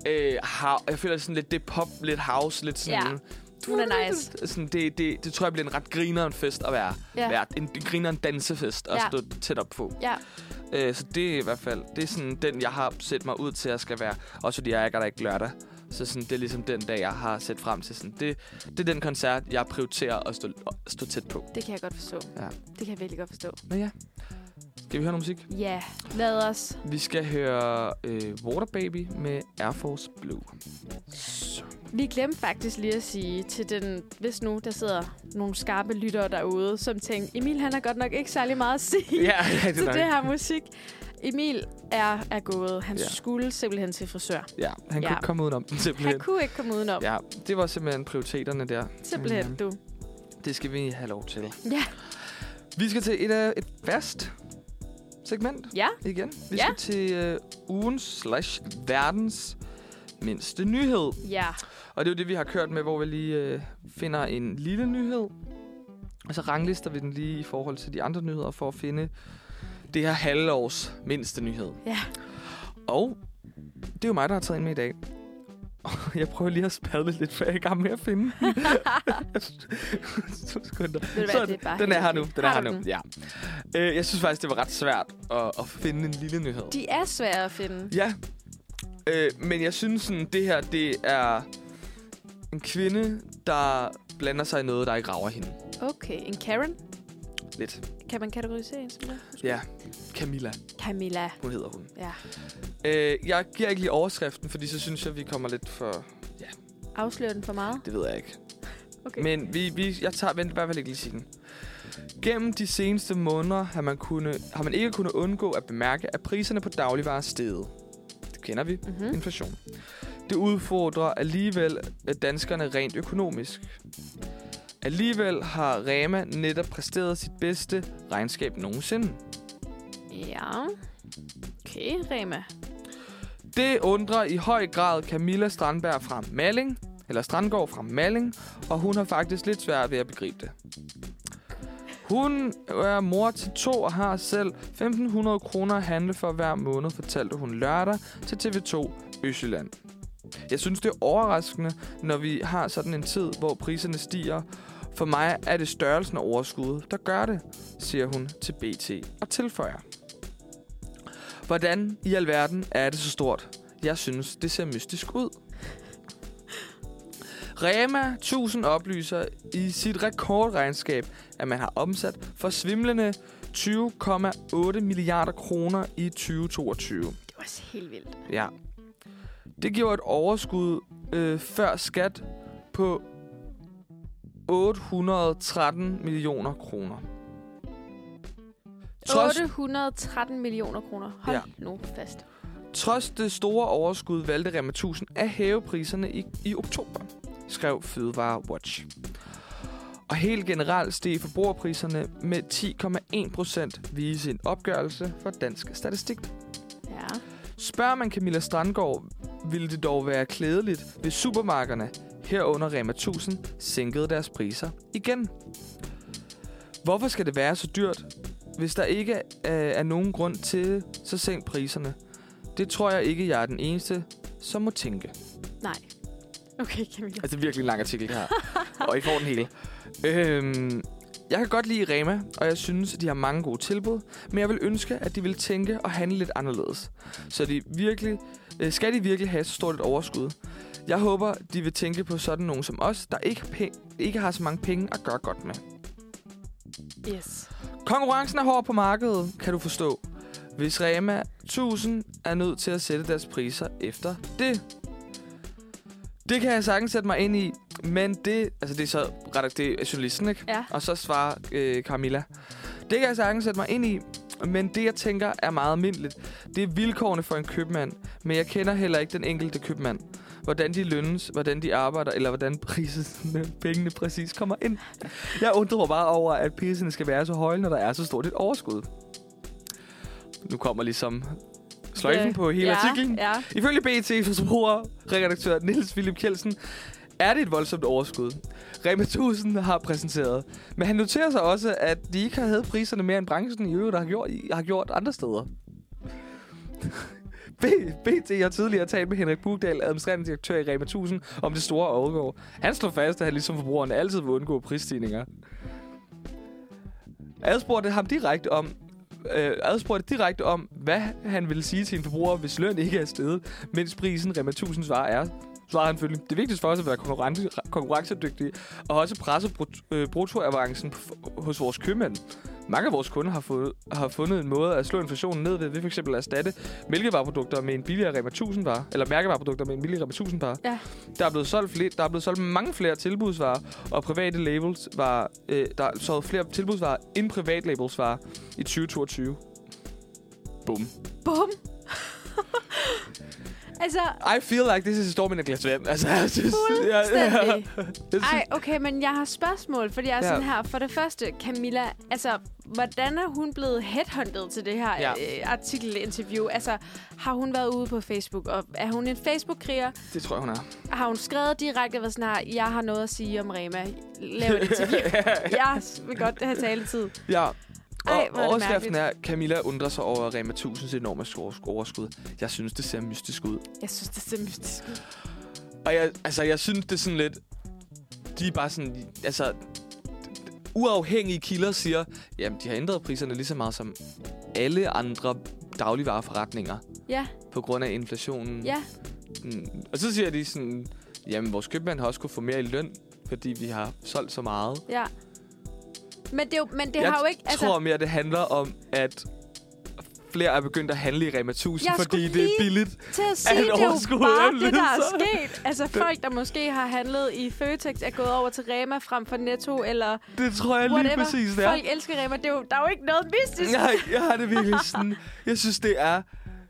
jeg føler sådan lidt det pop, lidt house, lidt sådan... Ja. Hun er nice. Sådan, det tror jeg bliver en ret grineren fest at være. Ja. En grineren dansefest at stå tæt op på. Ja. Så det er i hvert fald, det er sådan den, jeg har set mig ud til at skal være. Også fordi jeg er der ikke lørdag. Så sådan, det er ligesom den dag, jeg har set frem til. Sådan, det er den koncert, jeg prioriterer at stå tæt på. Det kan jeg godt forstå. Ja. Det kan jeg virkelig godt forstå. Men ja. Skal vi høre noget musik? Ja, lad os. Vi skal høre Water Baby med Air Force Blue. Så. Vi glemte faktisk lige at sige til den, hvis nu der sidder nogle skarpe lyttere derude, som tænker, Emil han har godt nok ikke særlig meget at sige til det her musik. Emil er gået. Han skulle simpelthen til frisør. Ja, han kunne ikke komme udenom den simpelthen. Han kunne ikke komme udenom. Ja, det var simpelthen prioriteterne der. Simpelthen, du. Det skal vi have lov til. Ja. Vi skal til et fast segment igen. Vi skal til ugens/verdens mindste nyhed. Ja. Og det er jo det, vi har kørt med, hvor vi lige finder en lille nyhed. Og så ranglister vi den lige i forhold til de andre nyheder, for at finde det her halvårs mindste nyhed. Ja. Og det er jo mig, der har taget ind med i dag. Jeg prøver lige at spadle lidt, for jeg er i gang med at finde. 2 sekunder. Den er her nu. Ja. Jeg synes faktisk, det var ret svært at finde en lille nyhed. De er svære at finde. Ja. Men jeg synes, sådan, det her, det er en kvinde, der blander sig i noget, der ikke rager hende. Okay. En Karen? Lidt. Kan man kategorisere en som det? Ja. Camilla. Hun hedder hun. Ja. Jeg giver ikke lige overskriften, fordi så synes jeg, vi kommer lidt for... Ja. Afslører den for meget? Det ved jeg ikke. Okay. Men jeg tager i hvert fald ikke lige sige den. Gennem de seneste måneder har man ikke kunnet undgå at bemærke, at priserne på dagligvarer er steget. Det kender vi. Inflation. Det udfordrer alligevel danskerne rent økonomisk. Alligevel har Rema netop præsteret sit bedste regnskab nogensinde. Ja. Okay, Rema. Det undrer i høj grad Camilla Strandgård fra Malling, og hun har faktisk lidt svært ved at begribe det. Hun er mor til 2 og har selv 1.500 kroner at handle for hver måned, fortalte hun lørdag til TV2 Østjylland. Jeg synes, det er overraskende, når vi har sådan en tid, hvor priserne stiger. For mig er det størrelsen af overskuddet, der gør det, siger hun til BT og tilføjer. Hvordan i alverden er det så stort? Jeg synes, det ser mystisk ud. Rema 1000 oplyser i sit rekordregnskab, at man har omsat for svimlende 20,8 milliarder kroner i 2022. Det var også helt vildt. Ja. Det giver et overskud før skat på 813 millioner kroner. 813 millioner kroner. Hold nu fast. Trods det store overskud valgte Rema 1000 at hæve priserne i oktober, skrev Fødevare Watch. Og helt generelt steg forbrugerpriserne med 10,1%, viser en opgørelse fra Dansk Statistik. Ja. Spørger man Camilla Strandgaard, ville det dog være klædeligt, hvis supermarkederne herunder Rema 1000 sænkede deres priser igen. Hvorfor skal det være så dyrt, hvis der ikke er nogen grund til så sænke priserne? Det tror jeg ikke, jeg er den eneste, som må tænke. Nej. Okay, Camilla. Altså, det er virkelig en lang artikel her. Og I får den hele. Jeg kan godt lide Rema, og jeg synes, at de har mange gode tilbud. Men jeg vil ønske, at de vil tænke og handle lidt anderledes. Så skal de virkelig have så stort et overskud? Jeg håber, de vil tænke på sådan nogen som os, der ikke har så mange penge at gøre godt med. Yes. Konkurrencen er hård på markedet, kan du forstå. Hvis Rema 1000 er nødt til at sætte deres priser efter det. Det kan jeg sagtens sætte mig ind i, men det er så det er journalisten, ikke? Ja. Og så svarer Camilla. Det kan jeg sagtens sætte mig ind i, men det jeg tænker er meget almindeligt. Det er vilkårene for en købmand, men jeg kender heller ikke den enkelte købmand. Hvordan de lønnes, hvordan de arbejder, eller hvordan pengene præcis kommer ind. Jeg undrer mig bare over, at priserne skal være så høje, når der er så stort et overskud. Nu kommer ligesom sløjfen på hele artiklen. Ja. Ifølge BT forbrugerredaktør Niels Philip Kjeldsen er det et voldsomt overskud. Rema 1000 har præsenteret. Men han noterer sig også, at de ikke har hævet priserne mere end branchen i øvrigt har gjort andre steder. BT har tidligere talt med Henrik Bugdal, administrerende direktør i Rema 1000, om det store overgård. Han slår fast, at han ligesom forbrugerne altid vil undgå prisstigninger. Adspurgte direkte om, hvad han ville sige til en forbruger, hvis løn ikke er steget, mens prisen Rema 1000 svarer han følgende: det vigtigste for os at være konkurrencedygtige og også presse bruttoavancen hos vores købmænd. Mange af vores kunder har fundet en måde at slå inflationen ned ved f.eks. at erstatte mælkevareprodukter med en billigere Rema 1000 vare, eller mærkevareprodukter med en billigere Rema 1000 vare. Ja. Der er blevet solgt mange flere tilbudsvarer og private labels der er solgt flere tilbudsvarer end privat labels varer i 2022. Bum. Altså, I feel like this is a storm in a glass vand. Altså, jeg synes... Ej, okay, men jeg har spørgsmål, fordi jeg er sådan her. For det første, Camilla, altså, hvordan er hun blevet headhunted til det her artikelinterview? Altså, har hun været ude på Facebook, og er hun en Facebook-kriger? Det tror jeg, hun er. Har hun skrevet direkte, hvad sådan her, jeg har noget at sige om Rema. Lav et interview. Jeg vil godt have taletid. Ja. Ej, og overskriften er, Camilla undrer sig over Rema 1000's enorme overskud. Jeg synes, det ser mystisk ud. Jeg synes, det ser mystisk ud. Og jeg synes, det er sådan lidt... De er bare sådan... Altså, uafhængige kilder siger, jamen, de har ændret priserne lige så meget som alle andre dagligvareforretninger. Ja. På grund af inflationen. Ja. Og så siger de sådan, jamen, vores købmand har også kunne få mere i løn, fordi vi har solgt så meget. Ja. Men det har jo ikke... Jeg tror mere, det handler om, at flere er begyndt at handle i Rema 1000, fordi det er billigt. Til at sige, det er jo bare det, der er sket. Altså folk, der måske har handlet i Føtex, er gået over til Rema frem for Netto, eller det tror jeg lige præcis, det er. Folk elsker Rema. Der er jo ikke noget mystisk. Nej, jeg har det virkelig sådan... Jeg synes, det er...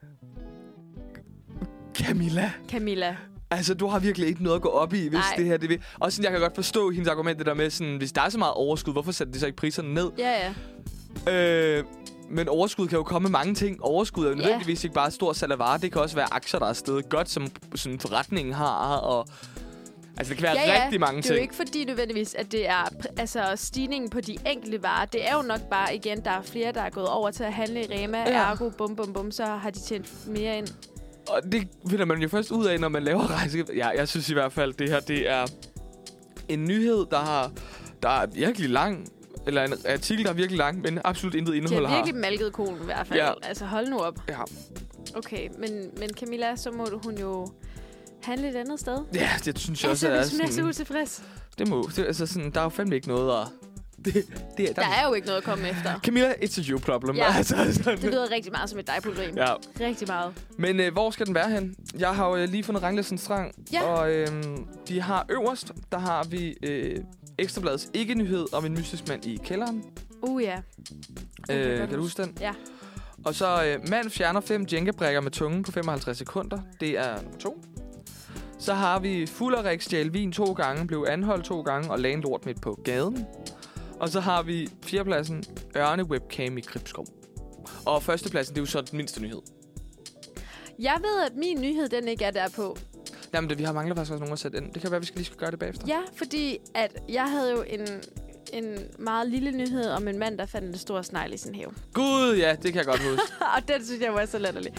Camilla. Altså, du har virkelig ikke noget at gå op i, hvis det her... Det vil. Og sådan, jeg kan godt forstå hendes argument, det der med sådan, hvis der er så meget overskud, hvorfor sætter de så ikke priserne ned? Ja. Men overskud kan jo komme med mange ting. Overskud er jo nødvendigvis ikke bare et stort salg af varer. Det kan også være aktier, der er stedet godt, som sådan forretningen har. Og altså, det kan være rigtig mange ting. Det er jo ikke fordi nødvendigvis, at det er stigningen på de enkelte varer. Det er jo nok bare, igen, der er flere, der er gået over til at handle i Rema. Ergo, bum, så har de tjent mere ind. Og det finder man jo først ud af, når man laver rejse. Ja, jeg synes i hvert fald, det her det er en nyhed, der er virkelig lang. Eller en artikel, der er virkelig lang, men absolut intet indhold har. Det er virkelig malket kolen i hvert fald. Ja. Altså, hold nu op. Ja. Okay, men Camilla, så må hun jo handle et andet sted. Ja, det synes jeg også. Altså, hvis hun er så utilfreds. Det må. Altså sådan, der er jo fandme ikke noget at... Der er jo ikke noget at komme efter. Camilla, it's a you problem. Ja, altså, det lyder rigtig meget som et dig-problem. Ja. Rigtig meget. Men hvor skal den være hen? Jeg har jo lige fundet ranglistens strang, og de har øverst, der har vi Ekstrabladets ikke-nyhed om en mystisk mand i kælderen. Ja. Kan du huske den? Ja. Og så mand fjerner 5 Jenga-brækker med tungen på 55 sekunder. Det er nummer 2. Så har vi Fullerik stjal vin 2 gange, blev anholdt 2 gange og lagde en lort midt på gaden. Og så har vi 4. pladsen, ørne-webcam i Gribskov. Og 1. pladsen, det er jo så den mindste nyhed. Jeg ved, at min nyhed, den ikke er der på. Jamen, vi har manglet faktisk også nogen at sætte ind. Det kan være, vi skal lige gøre det bagefter. Ja, fordi at jeg havde jo en meget lille nyhed om en mand, der fandt en stor snegl i sin have. Gud, ja, det kan jeg godt huske. Og den synes jeg var så latterlig.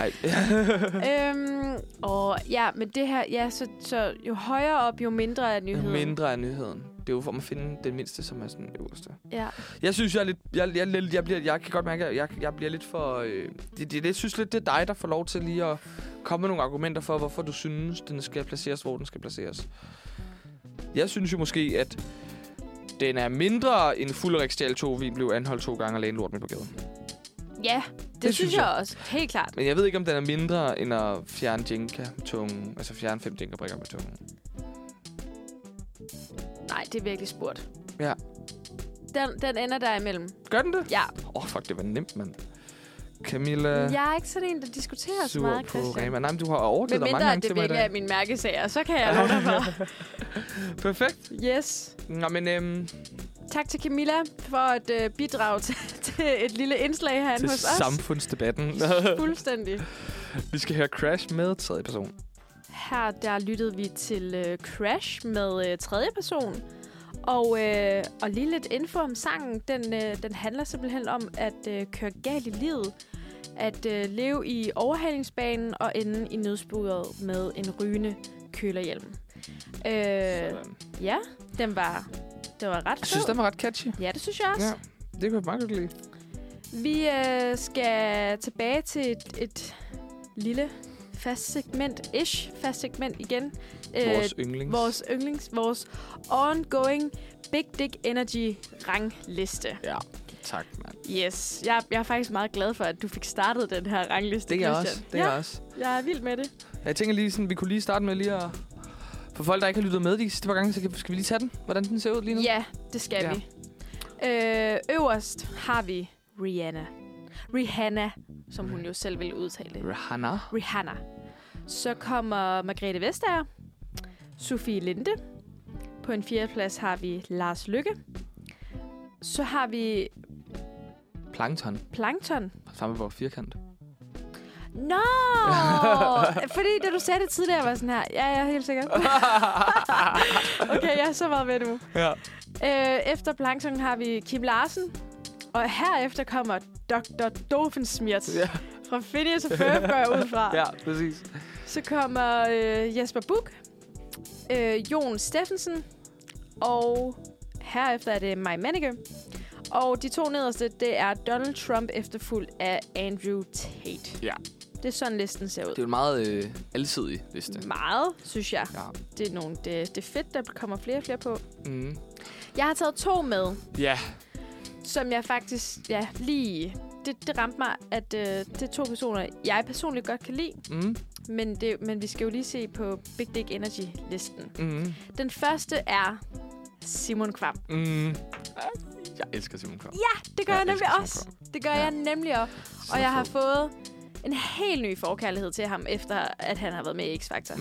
Men det her, ja, så jo højere op, jo mindre er nyheden. Jo mindre er nyheden. Det er jo for at finde den mindste, som er sådan øverste. Ja. Jeg synes, jeg kan godt mærke, at jeg bliver lidt for... Jeg synes lidt, det er dig, der får lov til lige at komme med nogle argumenter for, hvorfor du synes, den skal placeres, hvor den skal placeres. Jeg synes jo måske, at den er mindre end Fullerik stjal 2 vin, blev anholdt 2 gange og lagde en lort med på gaden. Ja, det synes jeg også. Helt klart. Men jeg ved ikke, om den er mindre end at fjerne Jenga-tungen. Altså fjerne 5 Jenga-brækker med tungen. Nej, det er virkelig spurgt. Ja. Den ender der imellem. Gør den det? Ja. Fuck, det var nemt, mand. Camilla... Jeg er ikke sådan en, der diskuterer så meget, Christian. Nej, men du har overgivet dig mange gange til mig i dag. Men mindre, at det virkelig er min mærkesager, så kan jeg love dig for. Perfekt. Yes. Nå, men... Tak til Camilla for at bidrage til et lille indslag herinde hos os. Til samfundsdebatten. Fuldstændig. Vi skal høre Crash med 3. person. Her der lyttede vi til Crash med 3. person. Og lige lidt info om sangen. Den handler simpelthen om at køre galt i livet. At leve i overhalingsbanen og ende i nødspuret med en rygende kølerhjelm. Ja, det var ret fed. Jeg synes, den var ret catchy. Ja, det synes jeg også. Ja, det kunne jeg meget godt lide. Vi skal tilbage til et lille fast segment igen. Vores yndlings. Vores ongoing Big Dick Energy rangliste. Ja, tak, mand. Yes. Jeg er faktisk meget glad for, at du fik startet den her rangliste, Det er Christian. jeg også. Jeg er vild med det. Jeg tænker lige sådan, vi kunne lige starte med lige at... For folk, der ikke har lyttet med de sidste par gange, så skal vi lige tage den, hvordan den ser ud lige nu. Ja, det skal vi. Øverst har vi Rihanna, som hun jo selv vil udtale det. Rihanna. Så kommer Margrethe Vestager, Sofie Linde. På en 4. plads har vi Lars Løkke. Så har vi... Plankton. Sammen med vores firkant. Nå! Fordi da du sagde det tidligere, var sådan her. Ja, jeg er helt sikker. Okay, jeg er så meget med nu. Ja. Efter Plankton har vi Kim Larsen. Og herefter kommer Dr. Doofenshmirtz. Ja. Fra Phineas og Ferb går jeg ud fra. Ja, præcis. Så kommer Jesper Buch. Jon Steffensen. Og herefter er det Maj Mannicke. Og de 2 nederste, det er Donald Trump efterfulgt af Andrew Tate. Ja. Det er sådan, listen ser ud. Det er jo meget alsidig liste. Meget, synes jeg. Ja. Det er fedt, der kommer flere og flere på. Mm. Jeg har taget 2 med. Ja. Som jeg faktisk, lige... Det ramte mig, at det er 2 personer, jeg personligt godt kan lide. Mm. Men vi skal jo lige se på Big Dick Energy-listen. Mm. Den første er Simon Kvam. Mm. Jeg elsker Simon Kvam. Ja, det gør jeg nemlig også. Det gør jeg nemlig også. Og jeg har fået en helt ny forkærlighed til ham, efter at han har været med i X-Factor.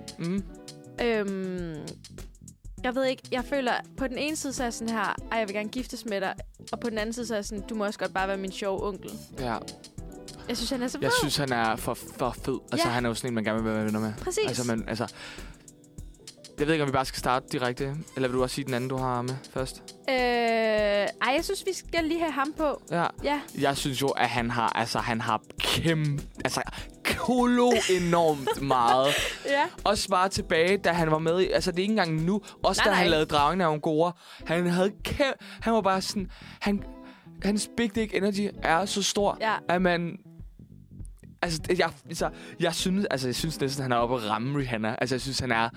Jeg ved ikke, jeg føler, på den ene side så er jeg sådan her, jeg vil gerne giftes med dig. Og på den anden side så er jeg sådan, du må også godt bare være min sjove onkel. Ja. Jeg synes, han er så fed. Jeg synes, han er for fed. Altså, han er jo sådan en, man gerne vil være venner med. Præcis. Jeg ved ikke, om vi bare skal starte direkte. Eller vil du også sige den anden, du har med først? Jeg synes, vi skal lige have ham på. Ja. Jeg synes jo, at han har enormt meget. Ja. Også bare tilbage, da han var med i... Altså, det er ikke engang nu. Også da han lavede Dragene af Angora. Han var bare sådan... Hans Big Dick Energy er så stor, at man... Jeg synes næsten, han er oppe at ramme Rihanna. Altså, jeg synes, han er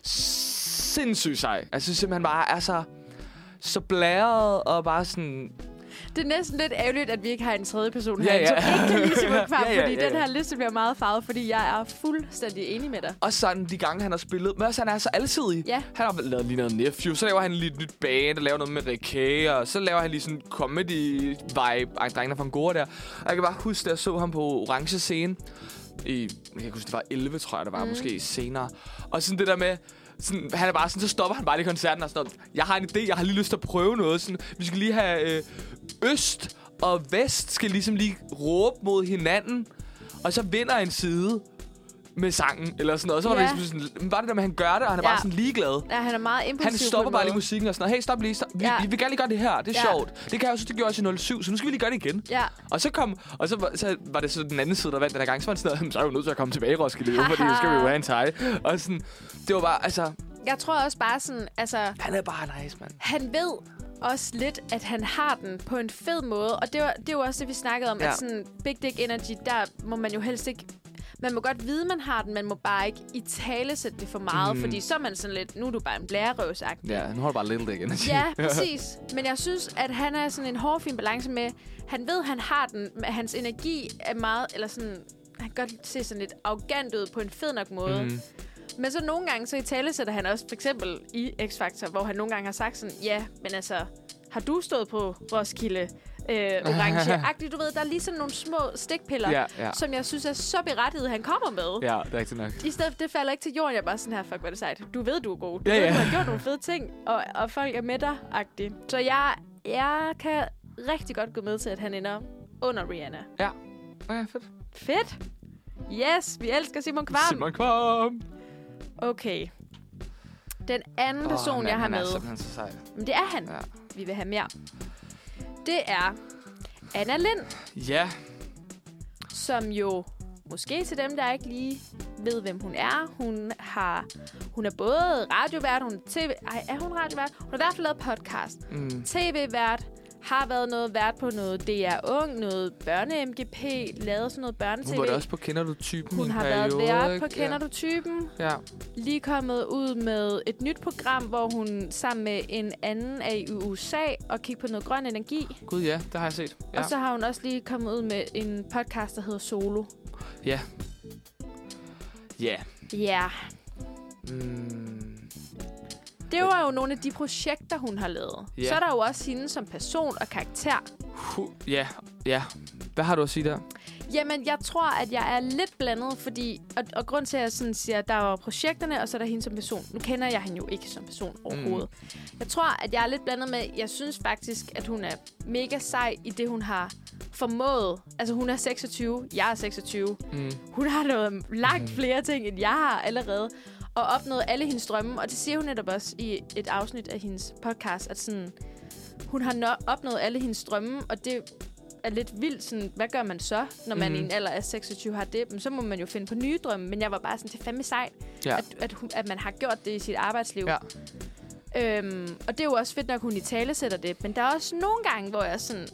sindssygt sej. Altså, jeg synes simpelthen bare er så blæret og bare sådan... Det er næsten lidt ærgerligt, at vi ikke har en tredje person her, som ikke kan lide Simon Kvam, fordi den her liste bliver meget farvet, fordi jeg er fuldstændig enig med dig. Og sådan de gange, han har spillet, men også han er så alsidig. Ja. Han har lavet lige noget Nephew, så laver han lige et nyt band, og laver noget med Rikke, og så laver han lige sådan comedy-vibe, drengene fra Angora der. Og jeg kan bare huske, at jeg så ham på Orange Scene jeg kan huske, det var 11, tror jeg, det var måske senere. Og sådan det der med... Sådan, han er bare sådan, så stopper han bare lige koncerten og sådan, jeg har en idé, jeg har lige lyst til at prøve noget. Sådan, vi skal lige have øst og vest skal ligesom lige råbe mod hinanden, og så vinder en side med sangen, eller sådan noget. Så var det ligesom sådan, var det der med, at han gør det, og han er bare sådan ligeglad. Ja, han er meget impulsiv. Han stopper bare lige musikken og sådan noget. Hey, stop lige. Vi vil gerne lige gøre det her. Det er sjovt. Det kan jeg også, det gjorde også i 07, så nu skal vi lige gøre det igen. Ja. Og så var det så den anden side, der vandt den her gang. Så var det sådan noget, så er vi nødt til at komme tilbage i Roskilde, fordi så skal vi jo have en teg. Og sådan, det var bare, altså... Jeg tror også bare sådan, altså... Han er bare nice, mand. Han ved også lidt, at han har den på en fed måde. Og det er jo også det, vi snakkede om, at sådan Big Dick Energy, der må man jo helst ikke... Man må godt vide, man har den, man må bare ikke i tale sætte det for meget, fordi så er man sådan lidt, nu er du bare en blærerøvsagtig. Ja, nu har du bare Little Dick Energy. Ja, præcis. Men jeg synes, at han er sådan en hårfin balance med, han ved, han har den, men hans energi er meget, eller sådan, han kan godt se sådan lidt arrogant ud på en fed nok måde. Men så nogle gange, så i tale sætter han også, for eksempel i X-Factor, hvor han nogle gange har sagt sådan, ja, men altså, har du stået på Roskilde orange-agtigt? Du ved, der er lige sådan nogle små stikpiller, som jeg synes er så berettiget, han kommer med. Ja, det er rigtigt nok. I stedet det falder ikke til jorden, jeg er bare sådan her, fuck, hvad det sejt. Du ved, du er god. Du ved, du har gjort nogle fede ting, og folk er med dig-agtigt. Så jeg kan rigtig godt gå med til, at han ender under Rihanna. Ja, okay, fedt. Fedt? Yes, vi elsker Simon Kvam. Simon Kvam. Okay. Den anden person, jeg har med... Han er simpelthen så sej. Men det er han. Ja. Vi vil have mere. Det er Anna Lind. Ja. Som jo, måske til dem, der ikke lige ved, hvem hun er. Hun er både radiovært, hun er tv... Ej, er hun radiovært? Hun har i hvert fald lavet podcast. TV-vært. Har været noget vært på noget DR Ung, noget børne-MGP, lavet sådan noget børne-tv. Hun var da også på Kender du typen? Hun har været vært på Kender du typen. Ja. Lige kommet ud med et nyt program, hvor hun sammen med en anden er i USA og kigger på noget grøn energi. Gud ja, det har jeg set. Ja. Og så har hun også lige kommet ud med en podcast, der hedder Solo. Ja. Ja. Ja. Det var jo nogle af de projekter, hun har lavet. Yeah. Så er der jo også hende som person og karakter. Ja. Hvad har du at sige der? Jamen, jeg tror, at jeg er lidt blandet, fordi... Og grund til, at jeg sådan siger, at der er projekterne, og så er der hende som person. Nu kender jeg hende jo ikke som person overhovedet. Jeg tror, at jeg er lidt blandet med... Jeg synes faktisk, at hun er mega sej i det, hun har formået. Altså, hun er 26. Jeg er 26. Hun har noget langt flere ting, end jeg har allerede. Og opnået alle hendes drømme. Og det siger hun netop også i et afsnit af hendes podcast, at sådan, hun har opnået alle hendes drømme, og det er lidt vildt. Sådan, hvad gør man så, når man i en alder af 26 har det? Men så må man jo finde på nye drømme. Men jeg var bare sådan, det er fandme sejt, at man har gjort det i sit arbejdsliv. Ja. Og det er jo også fedt nok, hun i tale sætter det. Men der er også nogle gange, hvor jeg er sådan,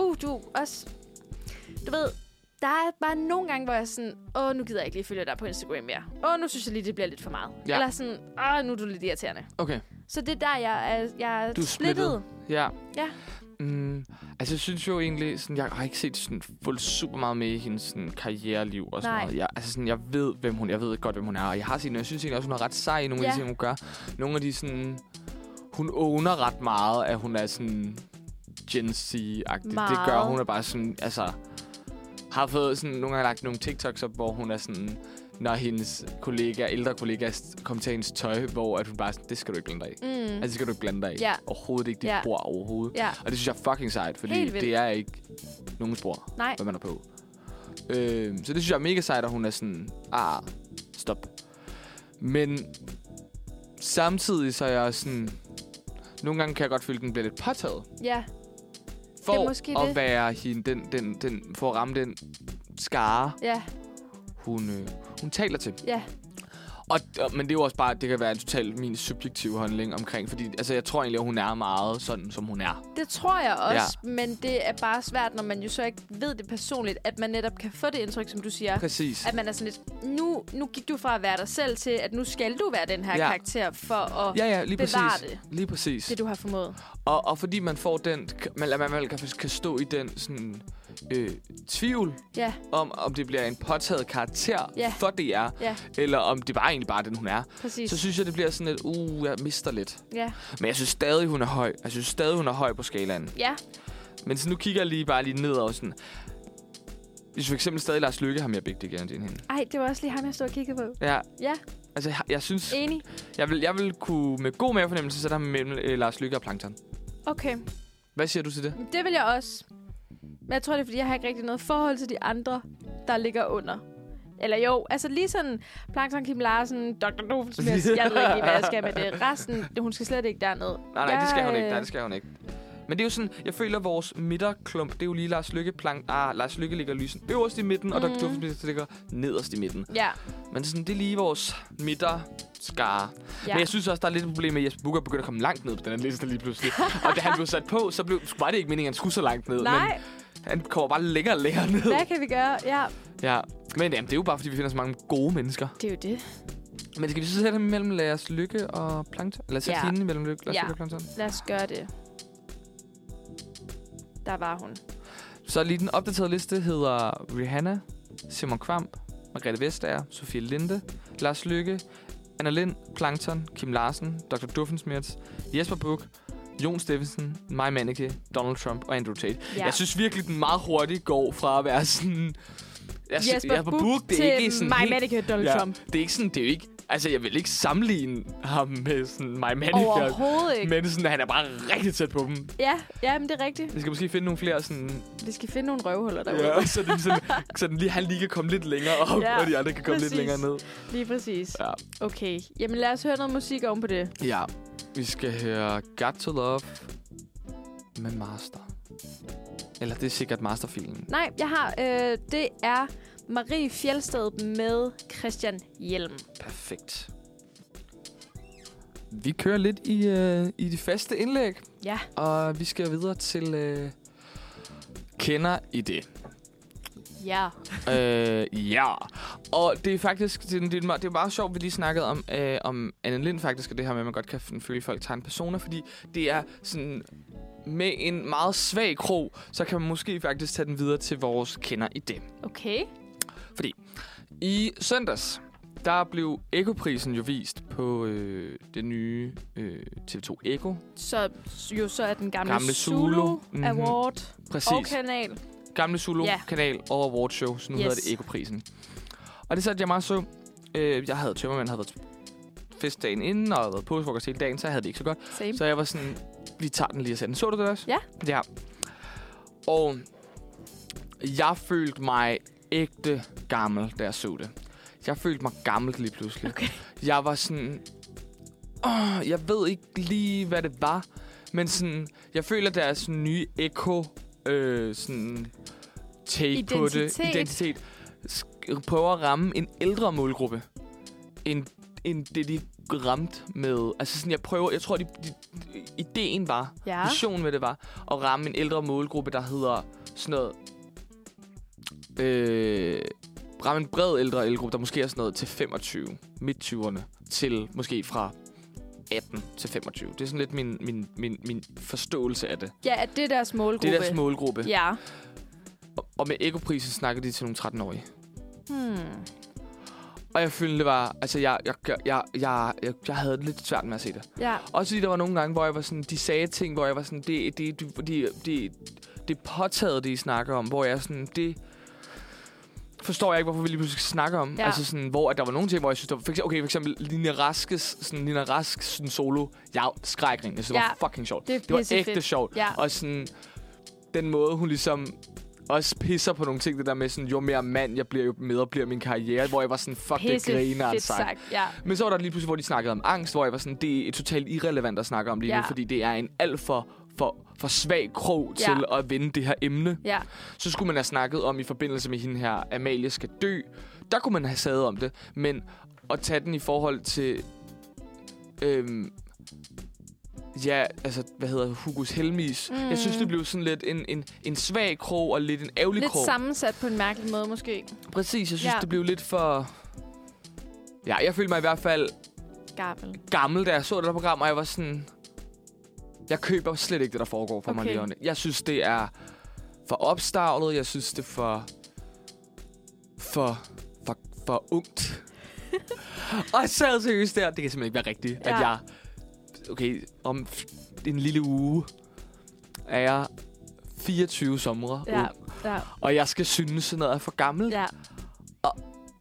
du ved, der er bare nogle gange, hvor jeg er sådan, nu gider jeg ikke lige følge dig på Instagram mere. Nu synes jeg lige, det bliver lidt for meget. Ja. Eller sådan, nu er du lidt irriterende. Okay. Så det er der, jeg er splittet. Ja. Altså, jeg synes jo egentlig, sådan, jeg har ikke set sådan, fuldt super meget med i hendes sådan, karriereliv og sådan noget. Jeg ved, jeg ved godt, hvem hun er. Og jeg har set, jeg synes egentlig også, hun er ret sej i nogle af de ting, hun gør. Nogle af de sådan... Hun owner ret meget, at hun er sådan Gen Z-agtig. Det gør hun er bare sådan, altså... Har fået sådan nogle gange lagt nogle TikToks op, hvor hun er sådan, når hendes ældre kollegaer kommer til hendes tøj, hvor at hun bare sådan, det skal du ikke blande dig i. Altså, det skal du ikke blande dig i. Yeah. Overhovedet ikke dit spor overhovedet. Yeah. Og det synes jeg er fucking sejt, fordi det er ikke nogen spor, hvad man er på. Så det synes jeg er mega sejt, at hun er sådan, stop. Men samtidig så er jeg sådan, nogle gange kan jeg godt føle, at den bliver lidt påtaget. Ja. For at være hende, den for at ramme den skare, hun taler til. Ja. Men det er jo også bare, det kan være en totalt min subjektive holdning omkring, fordi altså, jeg tror egentlig, at hun er meget sådan, som hun er. Det tror jeg også, men det er bare svært, når man jo så ikke ved det personligt, at man netop kan få det indtryk, som du siger. Præcis. At man er sådan lidt, nu gik du fra at være dig selv til, at nu skal du være den her karakter for at lige bevare præcis. det. Lige præcis. Det, du har formået. Og fordi man får den, man kan stå i den sådan... tvivl om det bliver en påtaget karakter for DR, eller om det bare egentlig bare den, hun er. Præcis. Så synes jeg, det bliver sådan lidt, jeg mister lidt. Ja. Men jeg synes stadig, hun er høj. Jeg synes stadig, hun er høj på skalaen. Ja. Men så nu kigger jeg bare lige ned og sådan... Hvis for eksempel stadig Lars Løkke har mere big dick end hende. Ej, det var også lige ham, jeg stod og kiggede på. Ja. Ja. Altså, jeg synes... Enig. Jeg vil kunne med god mavefornemmelse sætte ham mellem Lars Løkke og Plankton. Okay. Hvad siger du til det? Det vil jeg også. Men jeg tror, det er, fordi jeg har ikke rigtig noget forhold til de andre, der ligger under. Eller jo, altså lige sådan Plankton, Kim Larsen, Dr. Doofenshmirtz, jeg ved ikke lige, hvad jeg skal med det. Resten, hun skal slet ikke derned. Nej, det skal hun ikke. Nej, det skal hun ikke. Men det er jo sådan, jeg føler, vores midterklump, det er jo lige Lars Løkke Lars Løkke ligger lysen øverst i midten, og Dr. Doofenshmirtz ligger nederst i midten. Ja. Men sådan, det er lige vores midterskare. Ja. Men jeg synes også, der er lidt et problem med, at Jesper Buch begynder at komme langt ned på den her liste lige pludselig. Og da han blev sat på, så var det ikke meningen, at han skulle så langt ned. Nej. Men han kommer bare længere og længere ned. Hvad kan vi gøre? Ja. Men jamen, det er jo bare, fordi vi finder så mange gode mennesker. Det er jo det. Men skal vi så sætte ham imellem Lars Løkke og Plankton? Eller sætte hende imellem Lars Løkke og Plankton? Lad os gøre det. Der var hun. Så lige den opdaterede liste hedder Rihanna, Simon Kvamp, Margrethe Vestager, Sofie Linde, Lars Løkke, Anna Lind, Plankton, Kim Larsen, Dr. Doofenshmirtz, Jesper Buch, Jon Steffensen, Maja Mannicke, Donald Trump og Andrew Tate. Ja. Jeg synes virkelig, den meget hurtigt går fra at være sådan... Jesper Buch til Maja Mannicke og Donald Trump. Det er ikke sådan, det er jo ikke... Altså, jeg vil ikke sammenligne ham med sådan Maja Mannicke. Overhovedet ikke. Men sådan, han er bare rigtig tæt på dem. Ja, men det er rigtigt. Vi skal måske finde nogle flere sådan... Vi skal finde nogle røvhuller derude. Ja, så han lige kan komme lidt længere op, og de andre kan komme lidt længere ned. Lige præcis. Ja. Okay. Jamen, lad os høre noget musik oven på det. Ja. Vi skal høre Got to Love med Master. Eller det er sikkert Masterfilmen. Nej, jeg har... det er Marie Fjeldsted med Christian Hjelm. Perfekt. Vi kører lidt i de faste indlæg. Ja. Og vi skal videre til Kender I det? Ja. Ja. Og det er faktisk det er meget sjovt, vi lige snakkede om Anne Lind faktisk, og det her med, at man godt kan føle, folk tager en persona, fordi det er sådan... Med en meget svag krog, så kan man måske faktisk tage den videre til vores Kender I det. Okay. Fordi i søndags, der blev Ekkoprisen jo vist på det nye TV2 Ekko. Så er den gamle Zulu Award og kanal. Gamle Zulu kanal og awardshow, så nu hedder det Ekkoprisen. Og det satte jeg meget så. Jeg havde tømmermand, havde været festdagen inden, og havde været påskefrokost hele dagen, så jeg havde det ikke så godt. Same. Så jeg var sådan, vi tager den lige og sætter den. Så du det også? Ja. Ja. Og jeg følte mig ægte gammel, da jeg så det. Jeg følte mig gammel lige pludselig. Okay. Jeg var sådan... jeg ved ikke lige, hvad det var. Men sådan... Jeg føler, deres nye Ekko... sådan... take på det. Identitet. Prøver at ramme en ældre målgruppe. End det, de ramt med... Altså sådan, jeg tror, ideen var... Ja. Visionen med det var... At ramme en ældre målgruppe, der hedder sådan noget... ramme en bred ældre gruppe, der måske er sådan noget til 25, midt-20'erne, til måske fra 18 til 25. Det er sådan lidt min forståelse af det. Ja, at det er deres målgruppe. Det er deres målgruppe. Ja. Og med Ekkoprisen snakker de til nogle 13-årige. Og jeg følte, det var... Altså, jeg havde det lidt svært med at se det. Ja. Også fordi der var nogle gange, hvor jeg var sådan... De sagde ting, hvor jeg var sådan... Det påtaget, det I snakker om, hvor jeg sådan... Det forstår jeg ikke, hvorfor vi lige pludselig skal snakke om. Ja. Altså sådan, hvor der var nogle ting, hvor jeg synes, der var... For eksempel Nina Rask sådan solo. Jeg skrækring. Jeg synes, det var fucking sjovt. Det var ægte sjovt. Ja. Og sådan... Den måde, hun ligesom... også pisser på nogle ting, det der med sådan, jo mere mand jeg bliver, jo bedre bliver min karriere, hvor jeg var sådan, fuck det griner, altså. Ja. Men så var der lige pludselig, hvor de snakkede om angst, hvor jeg var sådan, det er totalt irrelevant at snakke om lige nu, fordi det er en alt for svag krog til at vinde det her emne. Ja. Så skulle man have snakket om i forbindelse med hende her, Amalie skal dø. Der kunne man have sagt om det, men at tage den i forhold til... Hugus Helmis. Jeg synes, det blev sådan lidt en svag krog og lidt en ærgerlig krog. Lidt sammensat på en mærkelig måde, måske. Præcis, jeg synes, det blev lidt for... Ja, jeg følte mig i hvert fald... Gammel, da jeg så det der program, og jeg var sådan... Jeg køber slet ikke det, der foregår for mig lige. Jeg synes, det er for opstavlet. Jeg synes, det er for ungt. Og jeg sad seriøst der. Det kan simpelthen ikke være rigtigt, at jeg... Okay, om en lille uge er jeg 24 somre ung. Ja. Og jeg skal synes sådan noget er for gammel. Ja. Og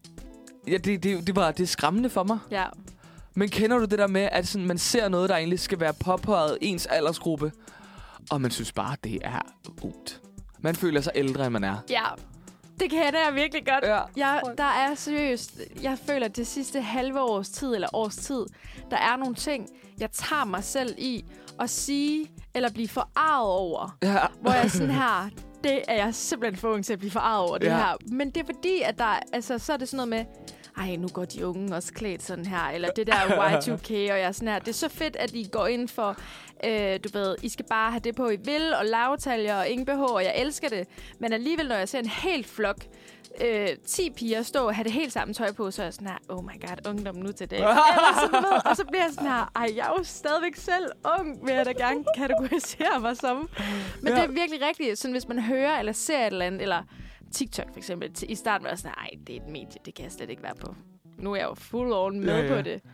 det er skræmmende for mig. Ja. Men kender du det der med, at sådan, man ser noget, der egentlig skal være påpeget ens aldersgruppe, og man synes bare, det er ungt. Man føler sig ældre, end man er. Ja, det kender jeg virkelig godt. Ja. Der er seriøst, jeg føler, at det sidste halve års tid, eller års tid, der er nogle ting, jeg tager mig selv i at sige, eller blive forarvet over. Ja. Hvor jeg sådan her, det er jeg simpelthen for ung til at blive forarvet over det her. Men det er fordi, at der, altså, så er det sådan noget med, ej, nu går de unge også klædt sådan her, eller det der Y2K, og jeg er sådan her. Det er så fedt, at I går ind for, du ved, I skal bare have det på, I vil, og lavtaljer og ingen BH, og jeg elsker det. Men alligevel, når jeg ser en helt flok, 10 piger stå og have det helt samme tøj på, så er jeg sådan her, oh my god, ungdom nu til dag. Og så bliver jeg sådan her, ej, jeg er jo stadigvæk selv ung, vil jeg da gerne kategorisere mig som. Men det er virkelig rigtigt, sådan hvis man hører eller ser et eller andet, eller TikTok for eksempel, i starten var jeg sådan, ej, det er et medie, det kan jeg slet ikke være på. Nu er jeg jo full on med på det.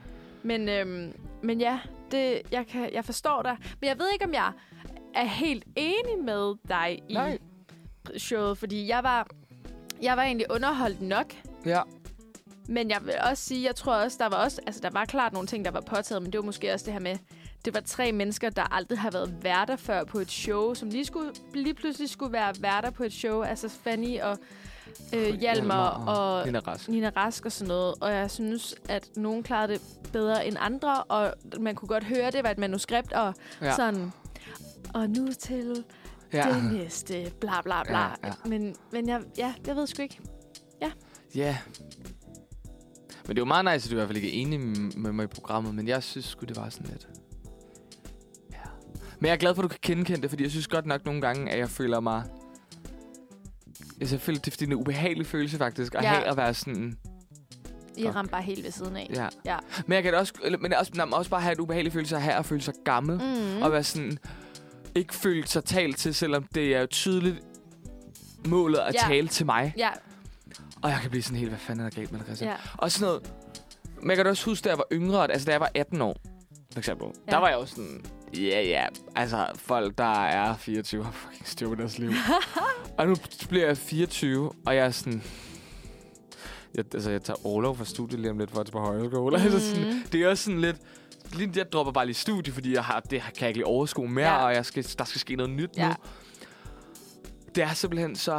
Men ja, jeg forstår dig. Men jeg ved ikke, om jeg er helt enig med dig i showet, fordi jeg var egentlig underholdt nok. Ja. Men jeg vil også sige, jeg tror også, der var klart nogle ting, der var påtaget, men det var måske også det her med, det var 3 mennesker, der aldrig har været værter før på et show, som lige pludselig skulle være værter på et show. Altså Fanny og Hjalmar og Nina Rask og sådan noget. Og jeg synes, at nogen klarede det bedre end andre, og man kunne godt høre, det var et manuskript, og sådan, og nu til det næste, bla bla bla. Ja. Men jeg ved sgu ikke. Ja. Ja. Men det er jo meget nice, at du i hvert fald ikke er enig med mig i programmet, men jeg synes sgu, det var sådan lidt... Ja. Men jeg er glad for, at du kan kende det, fordi jeg synes godt nok nogle gange, at jeg føler mig... Jeg føler, det er en ubehagelig følelse faktisk, at have at være sådan... I rammer bare helt ved siden af. Ja. Men jeg kan også bare have en ubehagelig følelse at have at føle sig gammel, og være sådan... Ikke føle sig talt til, selvom det er jo tydeligt målet at tale til mig. Ja. Og jeg kan blive sådan helt, hvad fanden er der galt med det, Christian? Ja. Og sådan noget... Men jeg kan også huske, da jeg var yngre, altså da jeg var 18 år, for eksempel, der var jeg jo sådan... altså folk, der er 24, har fucking styr på deres liv. Og nu bliver jeg 24, og jeg er sådan... Jeg tager overlov fra studiet lige om lidt, for at tage på højskole. Altså sådan, det er også sådan lidt... Jeg dropper bare lige studie, fordi det kan jeg ikke lige overskue mere, og der skal ske noget nyt nu. Det er simpelthen så...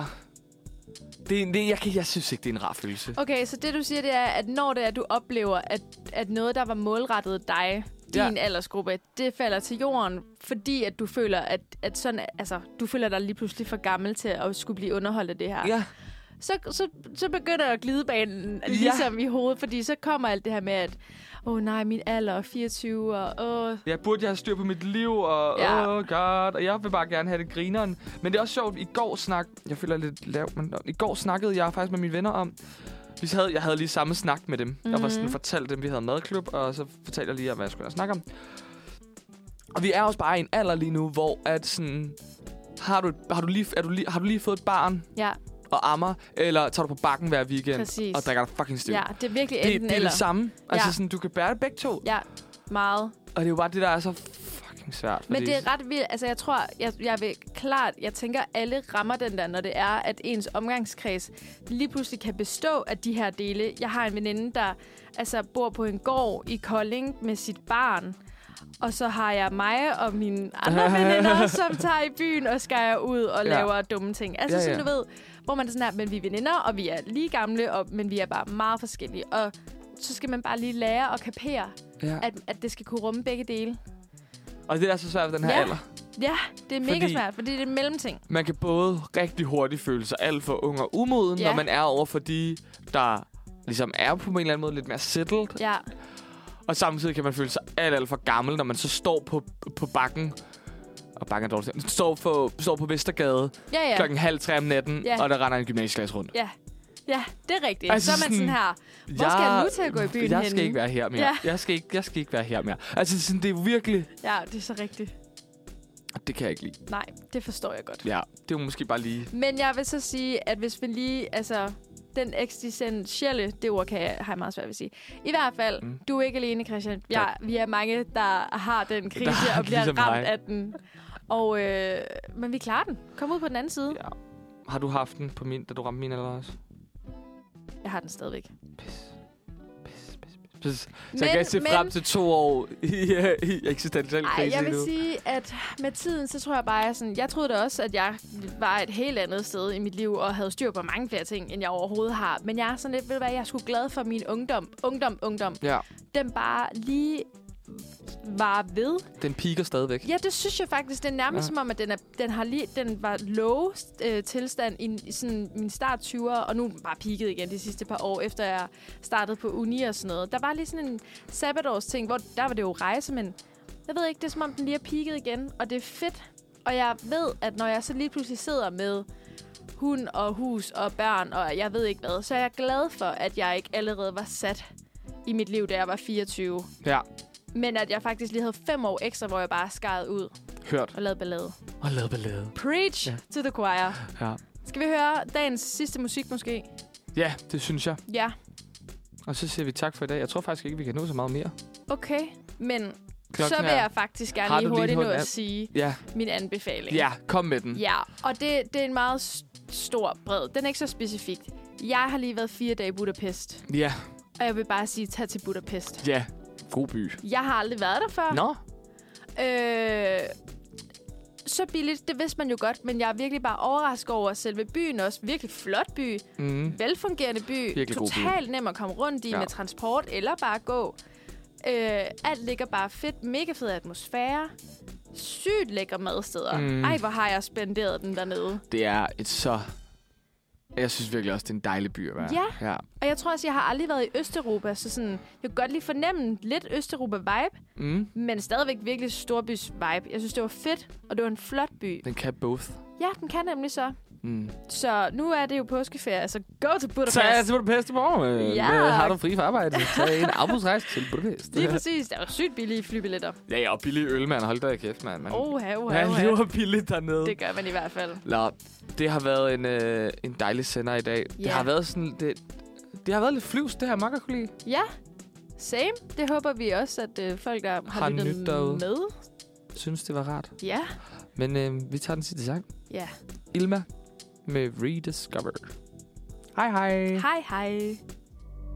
Jeg synes ikke, det er en rar følelse. Okay, så det du siger, det er, at når det er, du oplever, at noget, der var målrettet dig, din aldersgruppe, det falder til jorden, fordi at du føler, at sådan, altså, du føler dig lige pludselig for gammel til at skulle blive underholdt af det her. Ja. Så begynder glidebanen ligesom i hovedet, fordi så kommer alt det her med, at nej, min alder er 24, og jeg burde have styr på mit liv, og god, og jeg vil bare gerne have det grineren. Men det er også sjovt, jeg føler lidt lavt, men i går snakkede jeg faktisk med mine venner om, jeg havde lige samme snak med dem. Jeg var sådan fortalt dem, vi havde madklub, og så fortalte jeg lige, hvad jeg skulle snakke om. Og vi er også bare i en alder lige nu, hvor at sådan, har du lige fået et barn? Ja. Og ammer, eller tager du på bakken hver weekend og drikker dig fucking stiv. Ja, det er virkelig enten eller. Det er det samme. Altså sådan, du kan bære det begge to. Ja, meget. Og det er jo bare det, der er så fucking svært. Men det er ret vildt. Altså, jeg tror, jeg tænker, alle rammer den der, når det er, at ens omgangskreds lige pludselig kan bestå af de her dele. Jeg har en veninde, der bor på en gård i Kolding med sit barn. Og så har jeg mig og mine andre veninder, som tager i byen og skærer ud og laver dumme ting. Altså sådan, du ved, hvor man er sådan her, men vi er veninder, og vi er lige gamle, men vi er bare meget forskellige. Og så skal man bare lige lære og kapere, at det skal kunne rumme begge dele. Og det er så svært ved den her alder. Ja, det er mega svært, fordi det er en mellemting. Man kan både rigtig hurtigt føle sig alt for ung og umoden, når man er over for de, der ligesom er på en eller anden måde lidt mere settled. Ja. Og samtidig kan man føle sig alt for gammel, når man så står på bakken. Og bakken er dårligt. Står på Vestergade klokken 2:30 om natten, og der render en gymnasieklasse rundt. Ja. Ja, det er rigtigt. Altså, så er man sådan her, hvor skal jeg nu til at gå i byen Jeg henne? skal ikke være her mere. Ja. Jeg skal ikke være her mere. Altså, sådan, det er jo virkelig... Ja, det er så rigtigt. Det kan jeg ikke lide. Nej, det forstår jeg godt. Ja, det er jo måske bare lige... Men jeg vil så sige, at hvis vi lige... Altså, den eksistentielle, det ord har jeg meget svært ved at sige. I hvert fald, du er ikke alene, Christian. Vi er mange, der har den krise og bliver ligesom ramt af den. Og, men vi klarer den. Kom ud på den anden side. Ja. Har du haft den på da du ramte min eller også? Jeg har den stadigvæk. Pis. Så jeg kan se frem til 2 år i eksistentiel krise. Jeg vil sige, at med tiden, så tror jeg bare, jeg troede da også, at jeg var et helt andet sted i mit liv, og havde styr på mange flere ting, end jeg overhovedet har. Men jeg er sådan lidt, ved du hvad, jeg er sgu glad for min ungdom. Ja. Den bare lige var ved. Den piker stadigvæk. Ja, det synes jeg faktisk. Det er nærmest som om, at den var low tilstand i sådan min start 20'er, og nu bare peaket igen de sidste par år, efter jeg startede på uni og sådan noget. Der var lige sådan en sabbatårs ting, hvor der var det jo rejse, men jeg ved ikke, det er som om, den lige er peaket igen, og det er fedt. Og jeg ved, at når jeg så lige pludselig sidder med hund og hus og børn, og jeg ved ikke hvad, så er jeg glad for, at jeg ikke allerede var sat i mit liv, da jeg var 24. Ja. Men at jeg faktisk lige havde 5 år ekstra, hvor jeg bare skarede ud. Hørt. Og lavede ballade. Preach to the choir. Ja. Skal vi høre dagens sidste musik måske? Ja, det synes jeg. Ja. Og så siger vi tak for i dag. Jeg tror faktisk ikke, vi kan nå så meget mere. Okay, men klokken så vil jeg faktisk gerne lige hurtigt nå at sige min anbefaling. Ja, kom med den. Ja, og det er en meget stor, bred. Den er ikke så specifik. Jeg har lige været 4 dage i Budapest. Ja. Og jeg vil bare sige, tag til Budapest. Ja, god by. Jeg har aldrig været der før. Nå. Så billigt, det vidste man jo godt, men jeg er virkelig bare overrasket over selve byen også. Virkelig flot by. Velfungerende by. Virkelig totalt nem at komme rundt i med transport eller bare gå. Alt ligger bare fedt. Mega fed atmosfære. Sygt lækker madsteder. Ej, hvor har jeg spenderet den dernede. Det er et så... Jeg synes virkelig også, det er en dejlig by at være. Ja. Og jeg tror også, jeg har aldrig været i Østeuropa, så sådan, jeg kan godt lige fornemme lidt Østeuropa-vibe, men stadigvæk virkelig storbys-vibe. Jeg synes, det var fedt, og det var en flot by. Den kan both. Ja, den kan nemlig så. Så nu er det jo påskeferie, så go til Budapest. Så er jeg til Budapest i morgen. Har du fri for arbejde? Så er en arbejdsrejse til Budapest. Lige præcis. Der var sygt billige flybilletter. Ja, og billige øl, man. Hold da kæft, mand. Han lever billigt dernede. Det gør man i hvert fald. Nå, det har været en dejlig sender i dag. Yeah. Det har været sådan... Det har været lidt flyvs, det her makkerkollega. Ja, same. Det håber vi også, at folk, der har lyttet med, synes, det var rart. Ja. Men vi tager den sidste sang. Ja. Ilma med Rediscover. Hej hej. Hej hej.